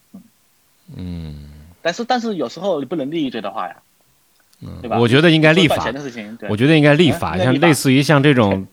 但是有时候你不能利益最大化呀。对吧？ 我觉得应该立法。我觉得应该立法，像类似于像这种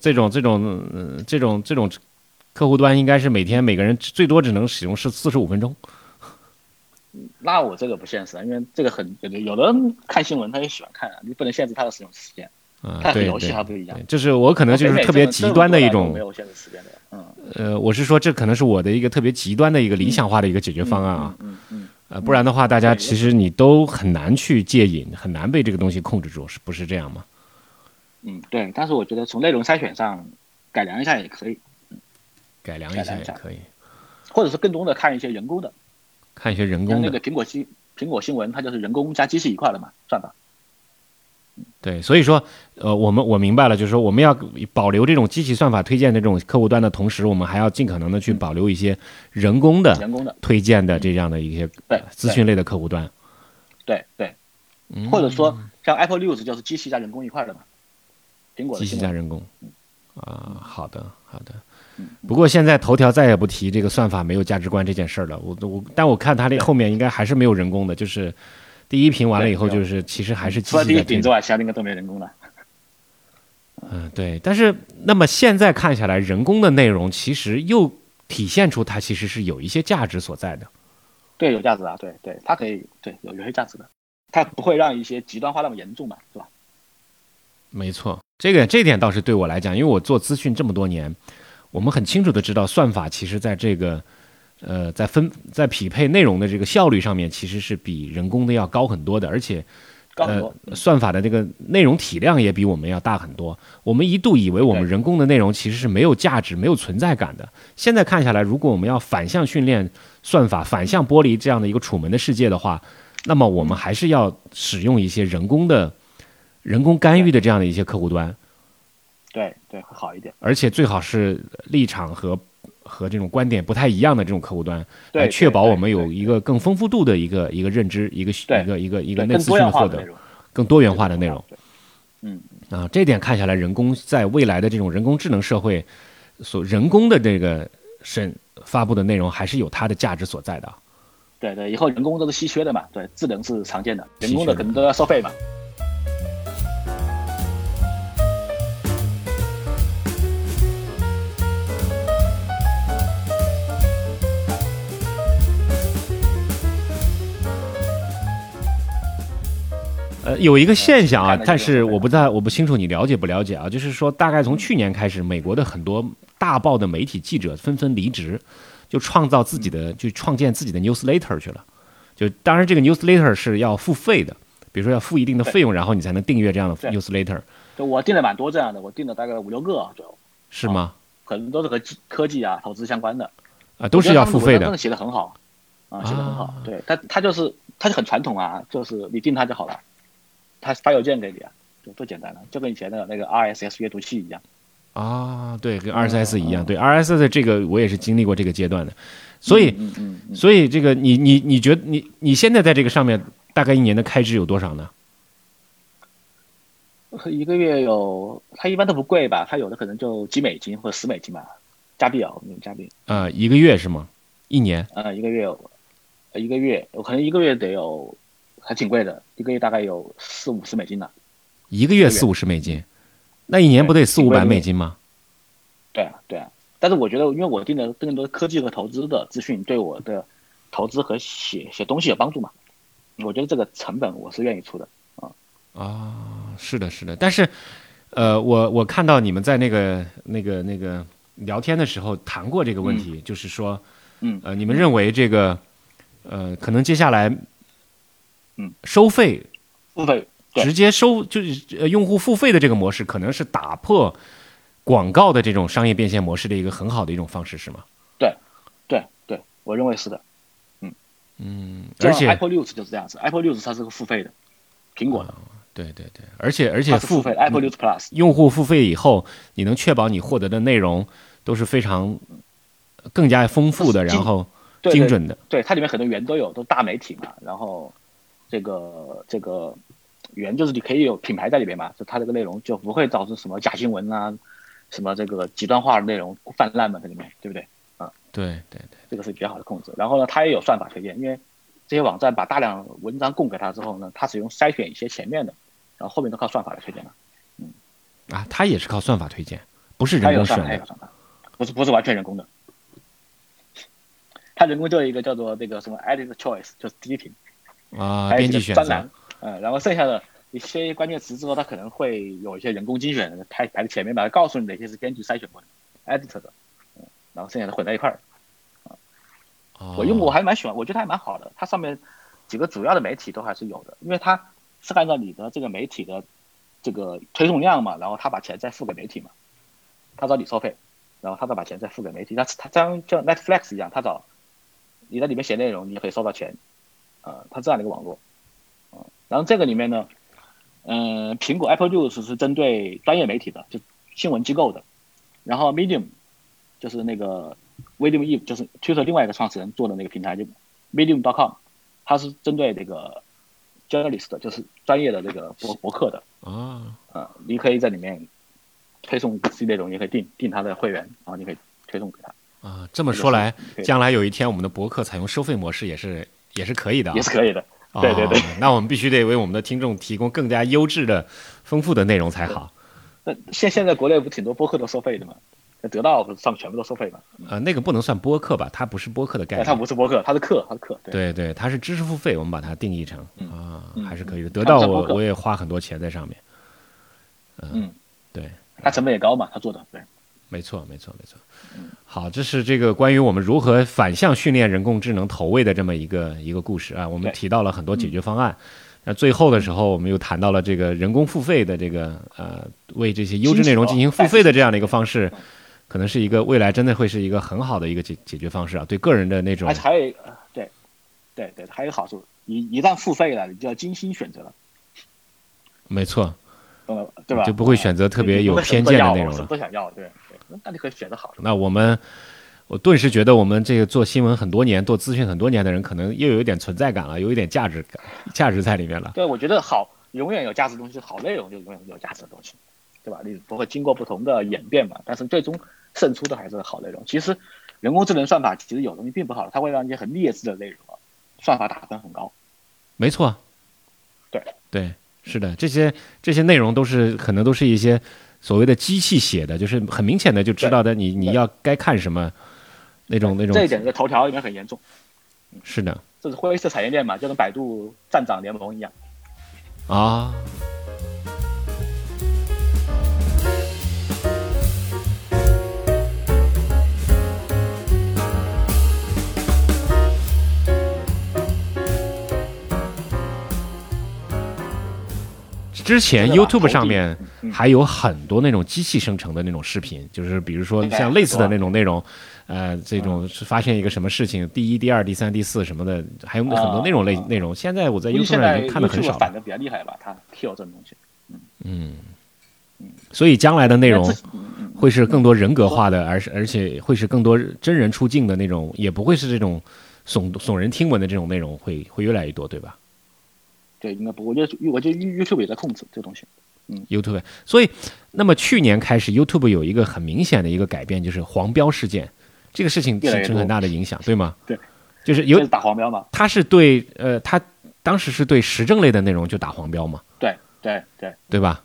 客户端应该是每天每个人最多只能使用45分钟。 那我这个不现实，因为这个有的人看新闻他也喜欢看啊，你不能限制他的使用时间。他和游戏还不一样。 就是我可能就是特别极端的一种。 没有限制时间的。 我是说这可能是我的一个特别极端的一个理想化的一个解决方案啊。不然的话，大家其实你都很难去戒瘾，很难被这个东西控制住，是不是这样吗？ 对。但是我觉得从内容筛选上改良一下也可以。 改良一下也可以， 或者是更多的看一些人工的，像那个苹果新闻，它就是人工加机器一块的嘛，算法。 对，所以说，我明白了，就是说我们要保留这种机器算法推荐的这种客户端的同时，我们还要尽可能的去保留一些人工的推荐的这样的一些资讯类的客户端。 对，或者说像 Apple News 就是机器加人工一块的嘛，苹果的机器加人工。好的。不过现在头条再也不提这个算法没有价值观这件事儿了。但我看它这后面应该还是没有人工的，就是第一屏完了以后，就是其实还是机器。 除了第一屏之外，其他应该都没人工了。 对。但是那么现在看下来，人工的内容其实又体现出它其实是有一些价值所在的。 对，有价值啊，对，它可以有些价值的，它不会让一些极端化那么严重嘛，是吧？ 没错，这点倒是对我来讲，因为我做资讯这么多年。我们很清楚的知道，算法其实在这个，在匹配内容的这个效率上面，其实是比人工的要高很多的，而且，算法的这个内容体量也比我们要大很多。我们一度以为我们人工的内容其实是没有价值、没有存在感的。现在看下来，如果我们要反向训练算法、反向剥离这样的一个楚门的世界的话，那么我们还是要使用一些人工干预的这样的一些客户端。 对，会好一点， 而且最好是立场和这种观点不太一样的这种客户端，来确保我们有一个更丰富度的一个认知，一个内资讯的获得，更多元化的内容。这点看下来，人工在未来的这种人工智能社会，人工的这个发布的内容还是有它的价值所在的。 对，以后人工都是稀缺的嘛，对，智能是常见的，人工的可能都要收费嘛。 有一个现象啊，但是我不清楚你了解不了解啊，就是说大概从去年开始，美国的很多大报的媒体记者纷纷离职，就创建自己的 newsletter 去了。就当然这个 newsletter 是要付费的，比如说要付一定的费用，然后你才能订阅这样的 newsletter。 就我订了蛮多这样的，我订了大概5-6个左右。 是吗？ 可能都是和科技啊、投资相关的啊，都是要付费的。 真的写得很好啊，写得很好。对，它就很传统啊，就是你订它就好了，它发邮件给你啊，就多简单了，就跟以前的那个 RSS 阅读器一样。 啊，对，跟 RSS 一样。对 RSS 这个我也是经历过这个阶段的，所以这个你觉得你现在在这个上面大概一年的开支有多少呢？ 一个月它一般都不贵吧，它有的可能就几美金或者10美金吧，加币啊，加币。 一个月是吗？一年？ 一个月，我可能一个月得有，还挺贵的，一个月大概有40-50美金呢。 一个月40-50美金，那一年不得400-500美金吗？ 对啊。但是我觉得，因为我订的更多科技和投资的资讯，对我的投资和写东西有帮助嘛，我觉得这个成本我是愿意出的。 是的，但是，我看到你们在那个聊天的时候谈过这个问题，就是说，你们认为这个，可能接下来，付费，直接就是用户付费的这个模式，可能是打破广告的这种商业变现模式的一个很好的一种方式，是吗？ 对，我认为是的。 而且 Apple News 就是这样子，Apple News 它是个付费的，苹果的。 对，而且付费 Apple News Plus 用户付费以后，你能确保你获得的内容都是非常更加丰富的，然后精准的。 对，它里面很多源都有，都大媒体嘛。然后这个源就是你可以有品牌在里面嘛，就它这个内容就不会导致什么假新闻啊，什么这个极端化的内容泛滥嘛，在里面，对不对？ 对， 这个是比较好的控制。然后呢，它也有算法推荐，因为这些网站把大量文章供给它之后呢，它只用筛选一些前面的，然后后面都靠算法来推荐了。 它也是靠算法推荐，不是人工选的， 不是完全人工的。它人工就有一个叫做那个什么 edit choice， 就是第一屏编辑选择， 然后剩下的一些关键词之后，它可能会有一些人工精选的排在前面，把它告诉你哪些是编辑筛选过的 edit 的，然后剩下的混在一块儿。我用过，我还蛮喜欢，我觉得还蛮好的。它上面几个主要的媒体都还是有的，因为它是按照你的这个媒体的这个推送量嘛，然后他把钱再付给媒体嘛，他找你收费，然后他再把钱再付给媒体。他这样像 Netflix 一样，他找你在里面写内容，你可以收到钱，他这样的一个网络。然后这个里面呢，苹果 Apple News 是针对专业媒体的，就新闻机构的，然后 Medium 就是那个 William Eve 就是 Twitter 另外一个创始人做的那个平台，就 Medium.com， 它是针对这个 journalist 的，就是专业的这个博客的。你可以在里面推送自己内容，也可以订他的会员，然后你可以推送给他。 这么说来，将来有一天我们的博客采用收费模式也是可以的， 也是可以的。对， 那我们必须得为我们的听众提供更加优质的、丰富的内容才好。 现在国内不挺多播客都收费的吗？得到上面全部都收费嘛？ 那个不能算播客吧？它不是播客的概念。 它不是播客，它是课。 对，它是知识付费，我们把它定义成还是可以的。得到我也花很多钱在上面。对， 它成本也高嘛，它做的对。 没错。好，这是这个关于我们如何反向训练人工智能投喂的这么一个故事啊。我们提到了很多解决方案。那最后的时候，我们又谈到了这个人工付费的这个为这些优质内容进行付费的这样的一个方式，可能是一个未来真的会是一个很好的一个解决方式啊。对个人的那种， 还有对，还有好处，一旦付费了，你就要精心选择了。 没错， 对吧？ 就不会选择特别有偏见的内容了。 什么都想要，对，那你可以选择好。 那我顿时觉得我们这个做新闻很多年、做资讯很多年的人，可能又有一点存在感了，有一点价值在里面了。 对，我觉得好，永远有价值的东西，好内容就永远有价值的东西，对吧？你不会经过不同的演变嘛，但是最终胜出的还是好内容。其实人工智能算法其实有东西并不好，它会让一些很劣质的内容算法打分很高。 没错，对，是的，这些内容可能都是一些所谓的机器写的，就是很明显的就知道的你要该看什么那种。 这一点在头条里面很严重。 是的， 这是灰色产业链嘛，就跟百度站长联盟一样。 之前真的吧 YouTube 上面嗯还有很多那种机器生成的那种视频，就是比如说像类似的那种内容，这种是发现一个什么事情，第一、第二、第三、第四什么的，还有很多那种内容。现在我在估计 YouTube 现在上已经看的很 YouTube 少了。 反的比较厉害吧，它 kill 这种东西。 所以将来的内容但是会是更多人格化的，而且会是更多真人出镜的那种，也不会是这种耸人听闻的这种内容会越来越多，对吧对，应该不，我觉得 YouTube 也在控制这个东西。 ？YouTube，所以那么去年开始 YouTube 有一个很明显的一个改变，就是黄标事件，这个事情越来越多形成很大的影响，对吗？ 对， 就是这是打黄标嘛？ 他是对他当时是对时政类的内容就打黄标嘛， 对对吧？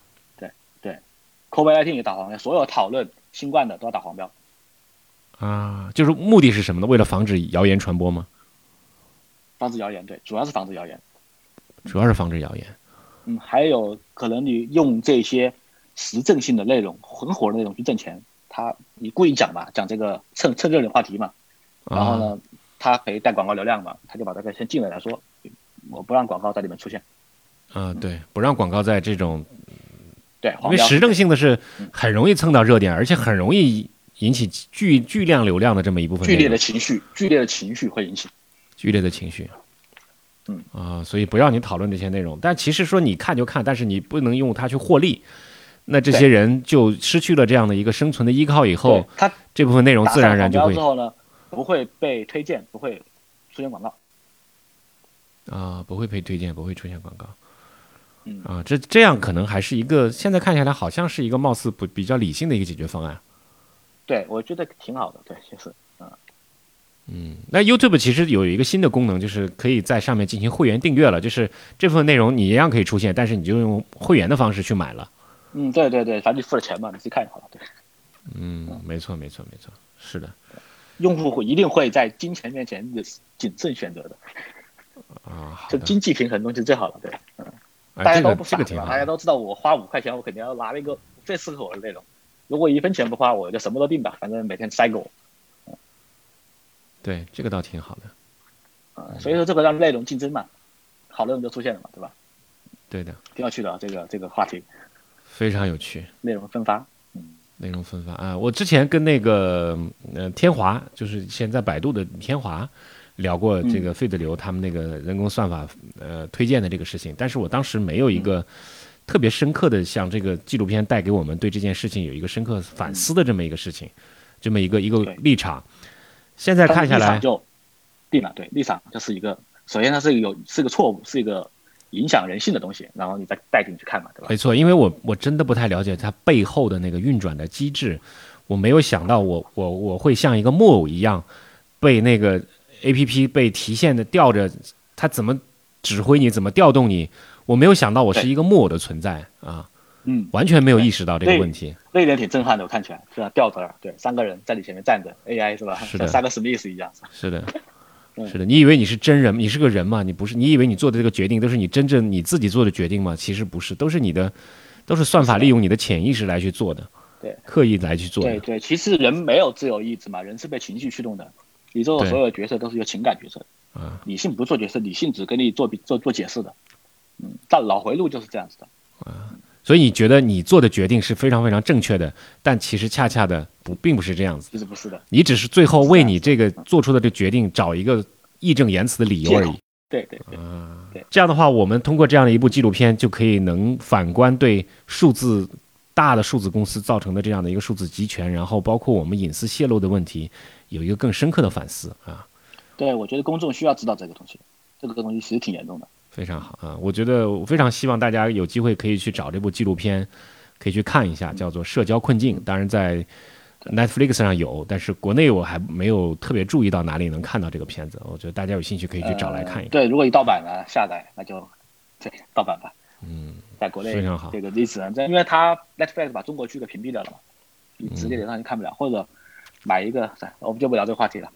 COVID-19 也打黄标，所有讨论新冠的都要打黄标。 啊，就是目的是什么呢？为了防止谣言传播吗？ 防止谣言，对，主要是防止谣言。 主要是防止谣言。 还有可能你用这些时政性的内容、很火的内容去挣钱，你故意讲嘛，讲这个蹭热点话题嘛，然后呢，他可以带广告流量嘛，他就把这个先进来说，我不让广告在里面出现。 对，不让广告在这种， 对， 因为时政性的是很容易蹭到热点，而且很容易引起巨量流量的这么一部分剧烈的情绪会引起剧烈的情绪。所以不要你讨论这些内容，但其实说你看就看，但是你不能用它去获利，那这些人就失去了这样的一个生存的依靠，以后他这部分内容自然而然就会之后呢，不会被推荐，不会出现广告不会被推荐，不会出现广告。这样可能还是一个现在看下来好像是一个貌似比较理性的一个解决方案。 对，我觉得挺好的，对，就是。 那 YouTube 其实有一个新的功能，就是可以在上面进行会员订阅了，就是这部分内容你一样可以出现，但是你就用会员的方式去买了。 对，反正你付了钱嘛，你自己看就好了。对。 没错，是的。 用户一定会在金钱面前谨慎选择的。这经济平衡东西最好了，对。大家都不傻，大家都知道我花5块钱，我肯定要拿一个最适合我的内容。如果1分钱不花，我就什么都定吧，反正每天塞给我。 对，这个倒挺好的。 所以说这个让内容竞争嘛，好内容就出现了嘛，对吧？ 对的， 挺有趣的这个话题， 非常有趣。 内容分发， 我之前跟那个天华，就是现在百度的天华聊过这个费德流他们那个人工算法推荐的这个事情，但是我当时没有一个特别深刻的像这个纪录片带给我们对这件事情有一个深刻反思的这么一个事情，这么一个立场。现在看下来立场就定了，对，立场就是一个，首先它是个错误，是一个影响人性的东西，然后你再带进去看嘛，对吧？ 没错，因为我真的不太了解它背后的那个运转的机制，我没有想到我会像一个木偶一样被那个 APP 被提线的吊着，它怎么指挥你，怎么调动你，我没有想到我是一个木偶的存在啊。完全没有意识到这个问题， 那一点挺震撼的。我看起来是吧，吊着了，对，3个人在你前面站着 ，AI 是吧？ 是的， 像3个史密斯一样。 是的，是的。你以为你是真人，你是个人吗？你不是，你以为你做的这个决定都是你真正你自己做的决定吗？其实不是，都是算法利用你的潜意识来去做的， 对， 刻意来去做的。 对，其实人没有自由意志嘛，人是被情绪驱动的。宇宙所有的角色都是由情感角色，理性不做决策，理性只给你做解释的。但脑回路就是这样子的。 所以你觉得你做的决定是非常非常正确的，但其实恰恰的并不是这样子。 其实不是的， 你只是最后为你这个做出的这决定找一个义正言辞的理由而已。 对。 这样的话，我们通过这样的一部纪录片，就可以能反观对大的数字公司造成的这样的一个数字集权，然后包括我们隐私泄露的问题，有一个更深刻的反思啊。 对，我觉得公众需要知道这个东西，这个东西其实挺严重的。 非常好啊！我觉得我非常希望大家有机会可以去找这部纪录片，可以去看一下，叫做《社交困境》。当然在 Netflix 上有，但是国内我还没有特别注意到哪里能看到这个片子。我觉得大家有兴趣可以去找来看一看。 对，如果以盗版的下载，那就对盗版吧。在国内非常好。 这个历史，因为它 Netflix 把中国区给屏蔽掉了嘛，你直接连上去看不了，或者买一个，我们就不聊这个话题了。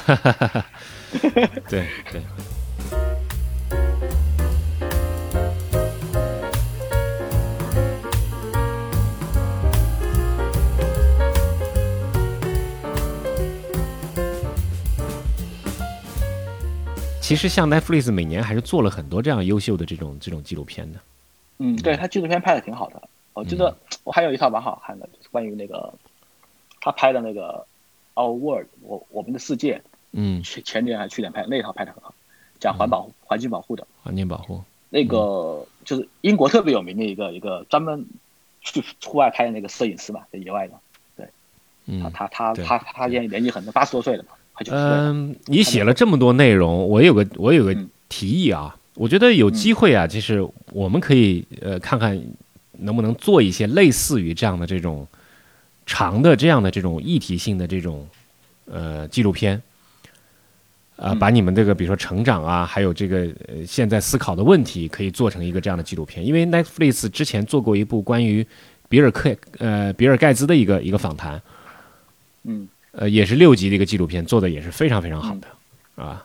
对。其实像 Netflix 每年还是做了很多这样优秀的这种纪录片的。 对，他纪录片拍的挺好的。我记得我还有一套蛮好看的，就是关于那个他拍的那个 Our World， 我们的世界。前年还去年拍那一套拍的很好，讲环境保护的。 环境保护。 那个就是英国特别有名的一个专门去户外拍的那个摄影师嘛，在野外的。对，他年纪很大，80多岁了嘛，快90岁了。 你写了这么多内容，我有个提议啊，我觉得有机会啊，其实我们可以看看能不能做一些类似于这样的这种长的这样的这种议题性的这种纪录片。把你们这个比如说成长啊，还有这个现在思考的问题，可以做成一个这样的纪录片。因为 Netflix 之前做过一部关于比尔盖茨的一个访谈，也是6集的一个纪录片，做的也是非常非常好的，啊。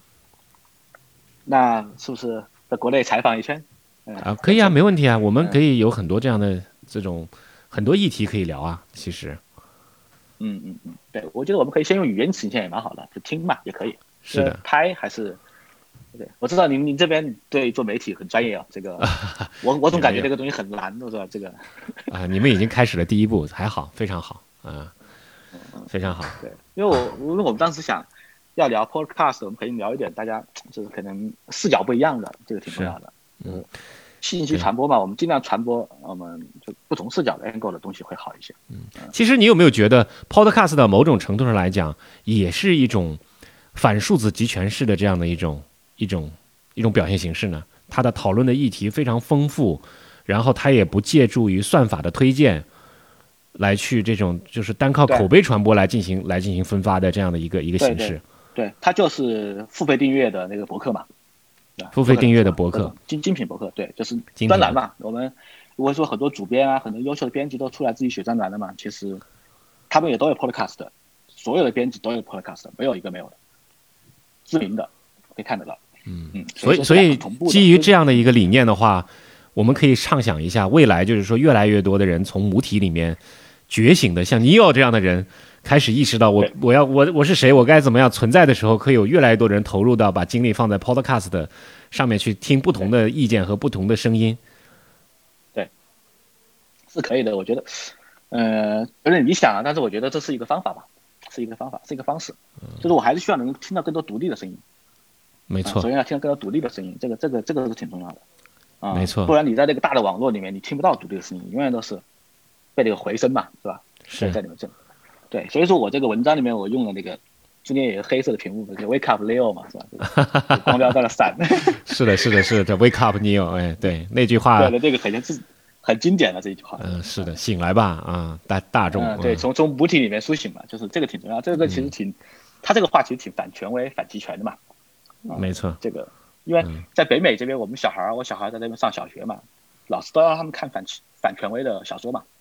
那是不是在国内采访一圈？ 可以啊，没问题啊，我们可以有很多这样的这种很多议题可以聊啊，其实。 对，我觉得我们可以先用语言呈现也蛮好的，就听嘛也可以。 是的， 拍还是对，我知道您这边对做媒体很专业啊，这个我总感觉这个东西很难，是吧？这个你们已经开始了第一步，还好，非常好啊，非常好。 对，因为我们当时想要聊 podcast， 我们可以聊一点大家就是可能视角不一样的，这个挺重要的。信息传播嘛，我们尽量传播我们就不同视角的 angle 的东西会好一些。 其实你有没有觉得 podcast 的某种程度上来讲，也是一种反数字集权式的这样的一种表现形式呢？它的讨论的议题非常丰富，然后它也不借助于算法的推荐来去这种就是单靠口碑传播来进行分发的这样的一个形式。 对，它就是付费订阅的那个博客嘛。 付费订阅的博客， 精品博客，对，就是专栏嘛。我们如果说很多主编啊，很多优秀的编辑都出来自己写专栏的嘛，其实他们也都有 podcast 的，所有的编辑都有 podcast， 没有一个没有的，知名的可以看得到。 所以基于这样的一个理念的话，我们可以畅想一下，未来就是说越来越多的人从母体里面觉醒的，像尼奥这样的人。开始意识到我是谁，我该怎么样存在的时候，可以有越来越多人投入到把精力放在 podcast 上面去听不同的意见和不同的声音。 对，是可以的，我觉得，有点理想啊，但是我觉得这是一个方法吧，是一个方式，就是我还是需要能听到更多独立的声音。 没错， 首先要听到更多独立的声音，这个是挺重要的。 没错， 不然你在这个大的网络里面，你听不到独立的声音，永远都是被这个回声嘛，是吧？ 是在里面对，所以说我这个文章里面我用了那个中间有一个黑色的屏幕，就 Wake Up Leo 嘛，是吧？光标在那闪。 是的，这 Wake Up Leo， 哎，对，那句话， 对，这个很经典的这一句话。 是的，醒来吧啊，大众。 对，从母体里面苏醒嘛，就是这个挺重要。这个其实他这个话其实挺反权威、反集权的嘛。 没错。 这个，因为在北美这边，我小孩在那边上小学嘛，老师都让他们看反权威的小说嘛。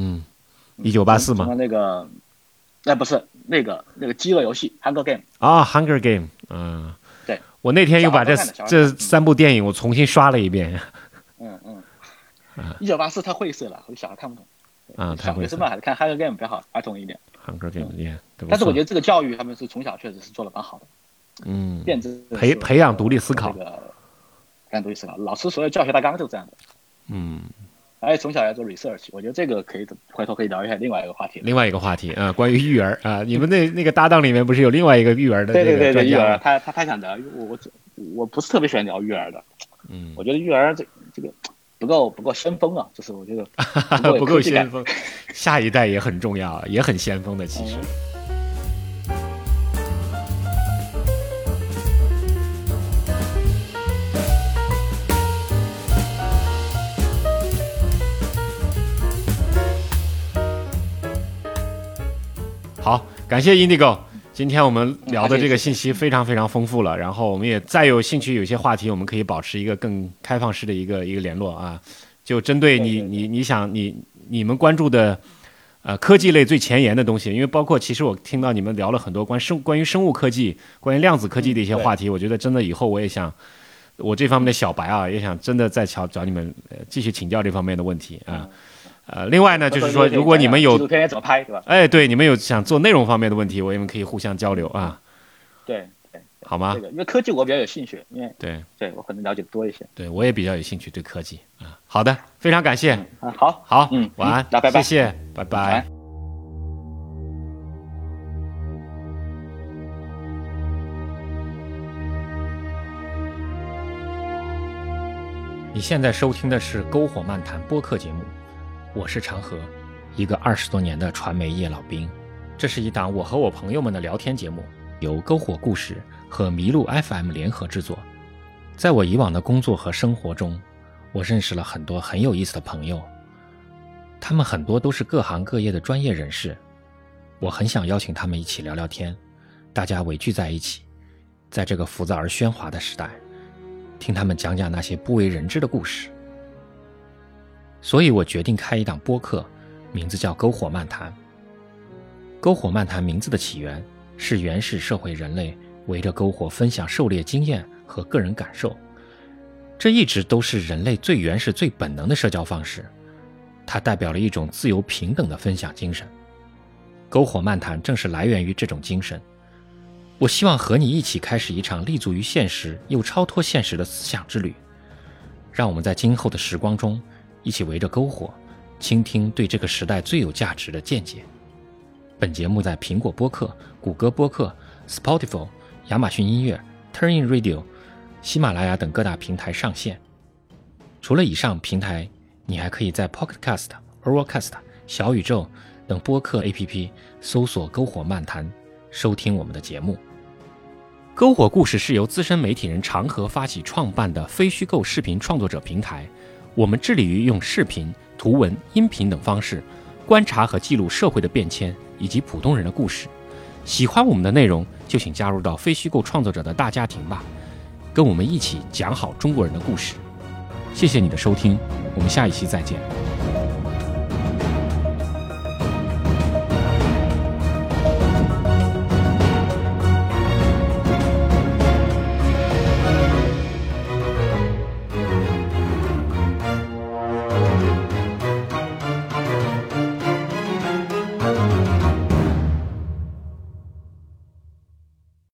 1984嘛。 那个。不是那个饥饿游戏 Hunger Game Hunger Game， 对， 我那天又把这3部电影我重新刷了一遍。 1984太晦涩了，小孩看不懂。小学生嘛还是看 Hunger Game 比较好，儿童一点。 Hunger Game， 但是我觉得这个教育他们是从小确实是做的蛮好的。变质培养独立思考。 培养独立思考，老师所有教学大纲就是这样的。而且从小要做 research， 我觉得这个可以回头可以聊一下另外一个话题啊， 关于育儿啊，你们那个搭档里面不是有另外一个育儿的这个专家吗？ 对，他想聊，我不是特别喜欢聊育儿的，我觉得育儿这个不够先锋啊，就是我觉得不够先锋，下一代也很重要，也很先锋的其实。好，感谢 Indigo， 今天我们聊的这个信息非常非常丰富了，然后我们也再有兴趣，有些话题我们可以保持一个更开放式的一个联络啊，就针对你想你们关注的科技类最前沿的东西，因为包括其实我听到你们聊了很多关于生物科技、关于量子科技的一些话题，我觉得真的以后我也想，我这方面的小白啊，也想真的再找你们继续请教这方面的问题啊。另外呢，就是说，如果你们有纪录片怎么拍，对吧？ 对，你们有想做内容方面的问题，我们可以互相交流啊。 对， 好吗？ 因为科技我比较有兴趣，因为对我可能了解的多一些。 对，我也比较有兴趣对科技啊。好的，非常感谢。 好， 晚安， 那拜拜， 谢谢，拜拜。 你现在收听的是《篝火漫谈》播客节目，我是长河，一个20多年的传媒业老兵。这是一档我和我朋友们的聊天节目，由篝火故事和麋鹿 FM 联合制作。在我以往的工作和生活中，我认识了很多很有意思的朋友，他们很多都是各行各业的专业人士。我很想邀请他们一起聊聊天，大家围聚在一起，在这个浮躁而喧哗的时代，听他们讲讲那些不为人知的故事。所以我决定开一档播客，名字叫篝火漫谈。篝火漫谈名字的起源是原始社会人类围着篝火分享狩猎经验和个人感受，这一直都是人类最原始最本能的社交方式，它代表了一种自由平等的分享精神。篝火漫谈正是来源于这种精神。我希望和你一起开始一场立足于现实又超脱现实的思想之旅，让我们在今后的时光中一起围着篝火，倾听对这个时代最有价值的见解。本节目在苹果播客、谷歌播客、Spotify、亚马逊音乐、Turnin Radio、喜马拉雅等各大平台上线。除了以上平台，你还可以在 Pocketcast、Overcast、小宇宙等播客 APP 搜索篝火漫谈，收听我们的节目。篝火故事是由资深媒体人长河发起创办的非虚构视频创作者平台，我们致力于用视频、图文、音频等方式观察和记录社会的变迁以及普通人的故事。喜欢我们的内容，就请加入到非虚构创作者的大家庭吧，跟我们一起讲好中国人的故事。谢谢你的收听，我们下一期再见。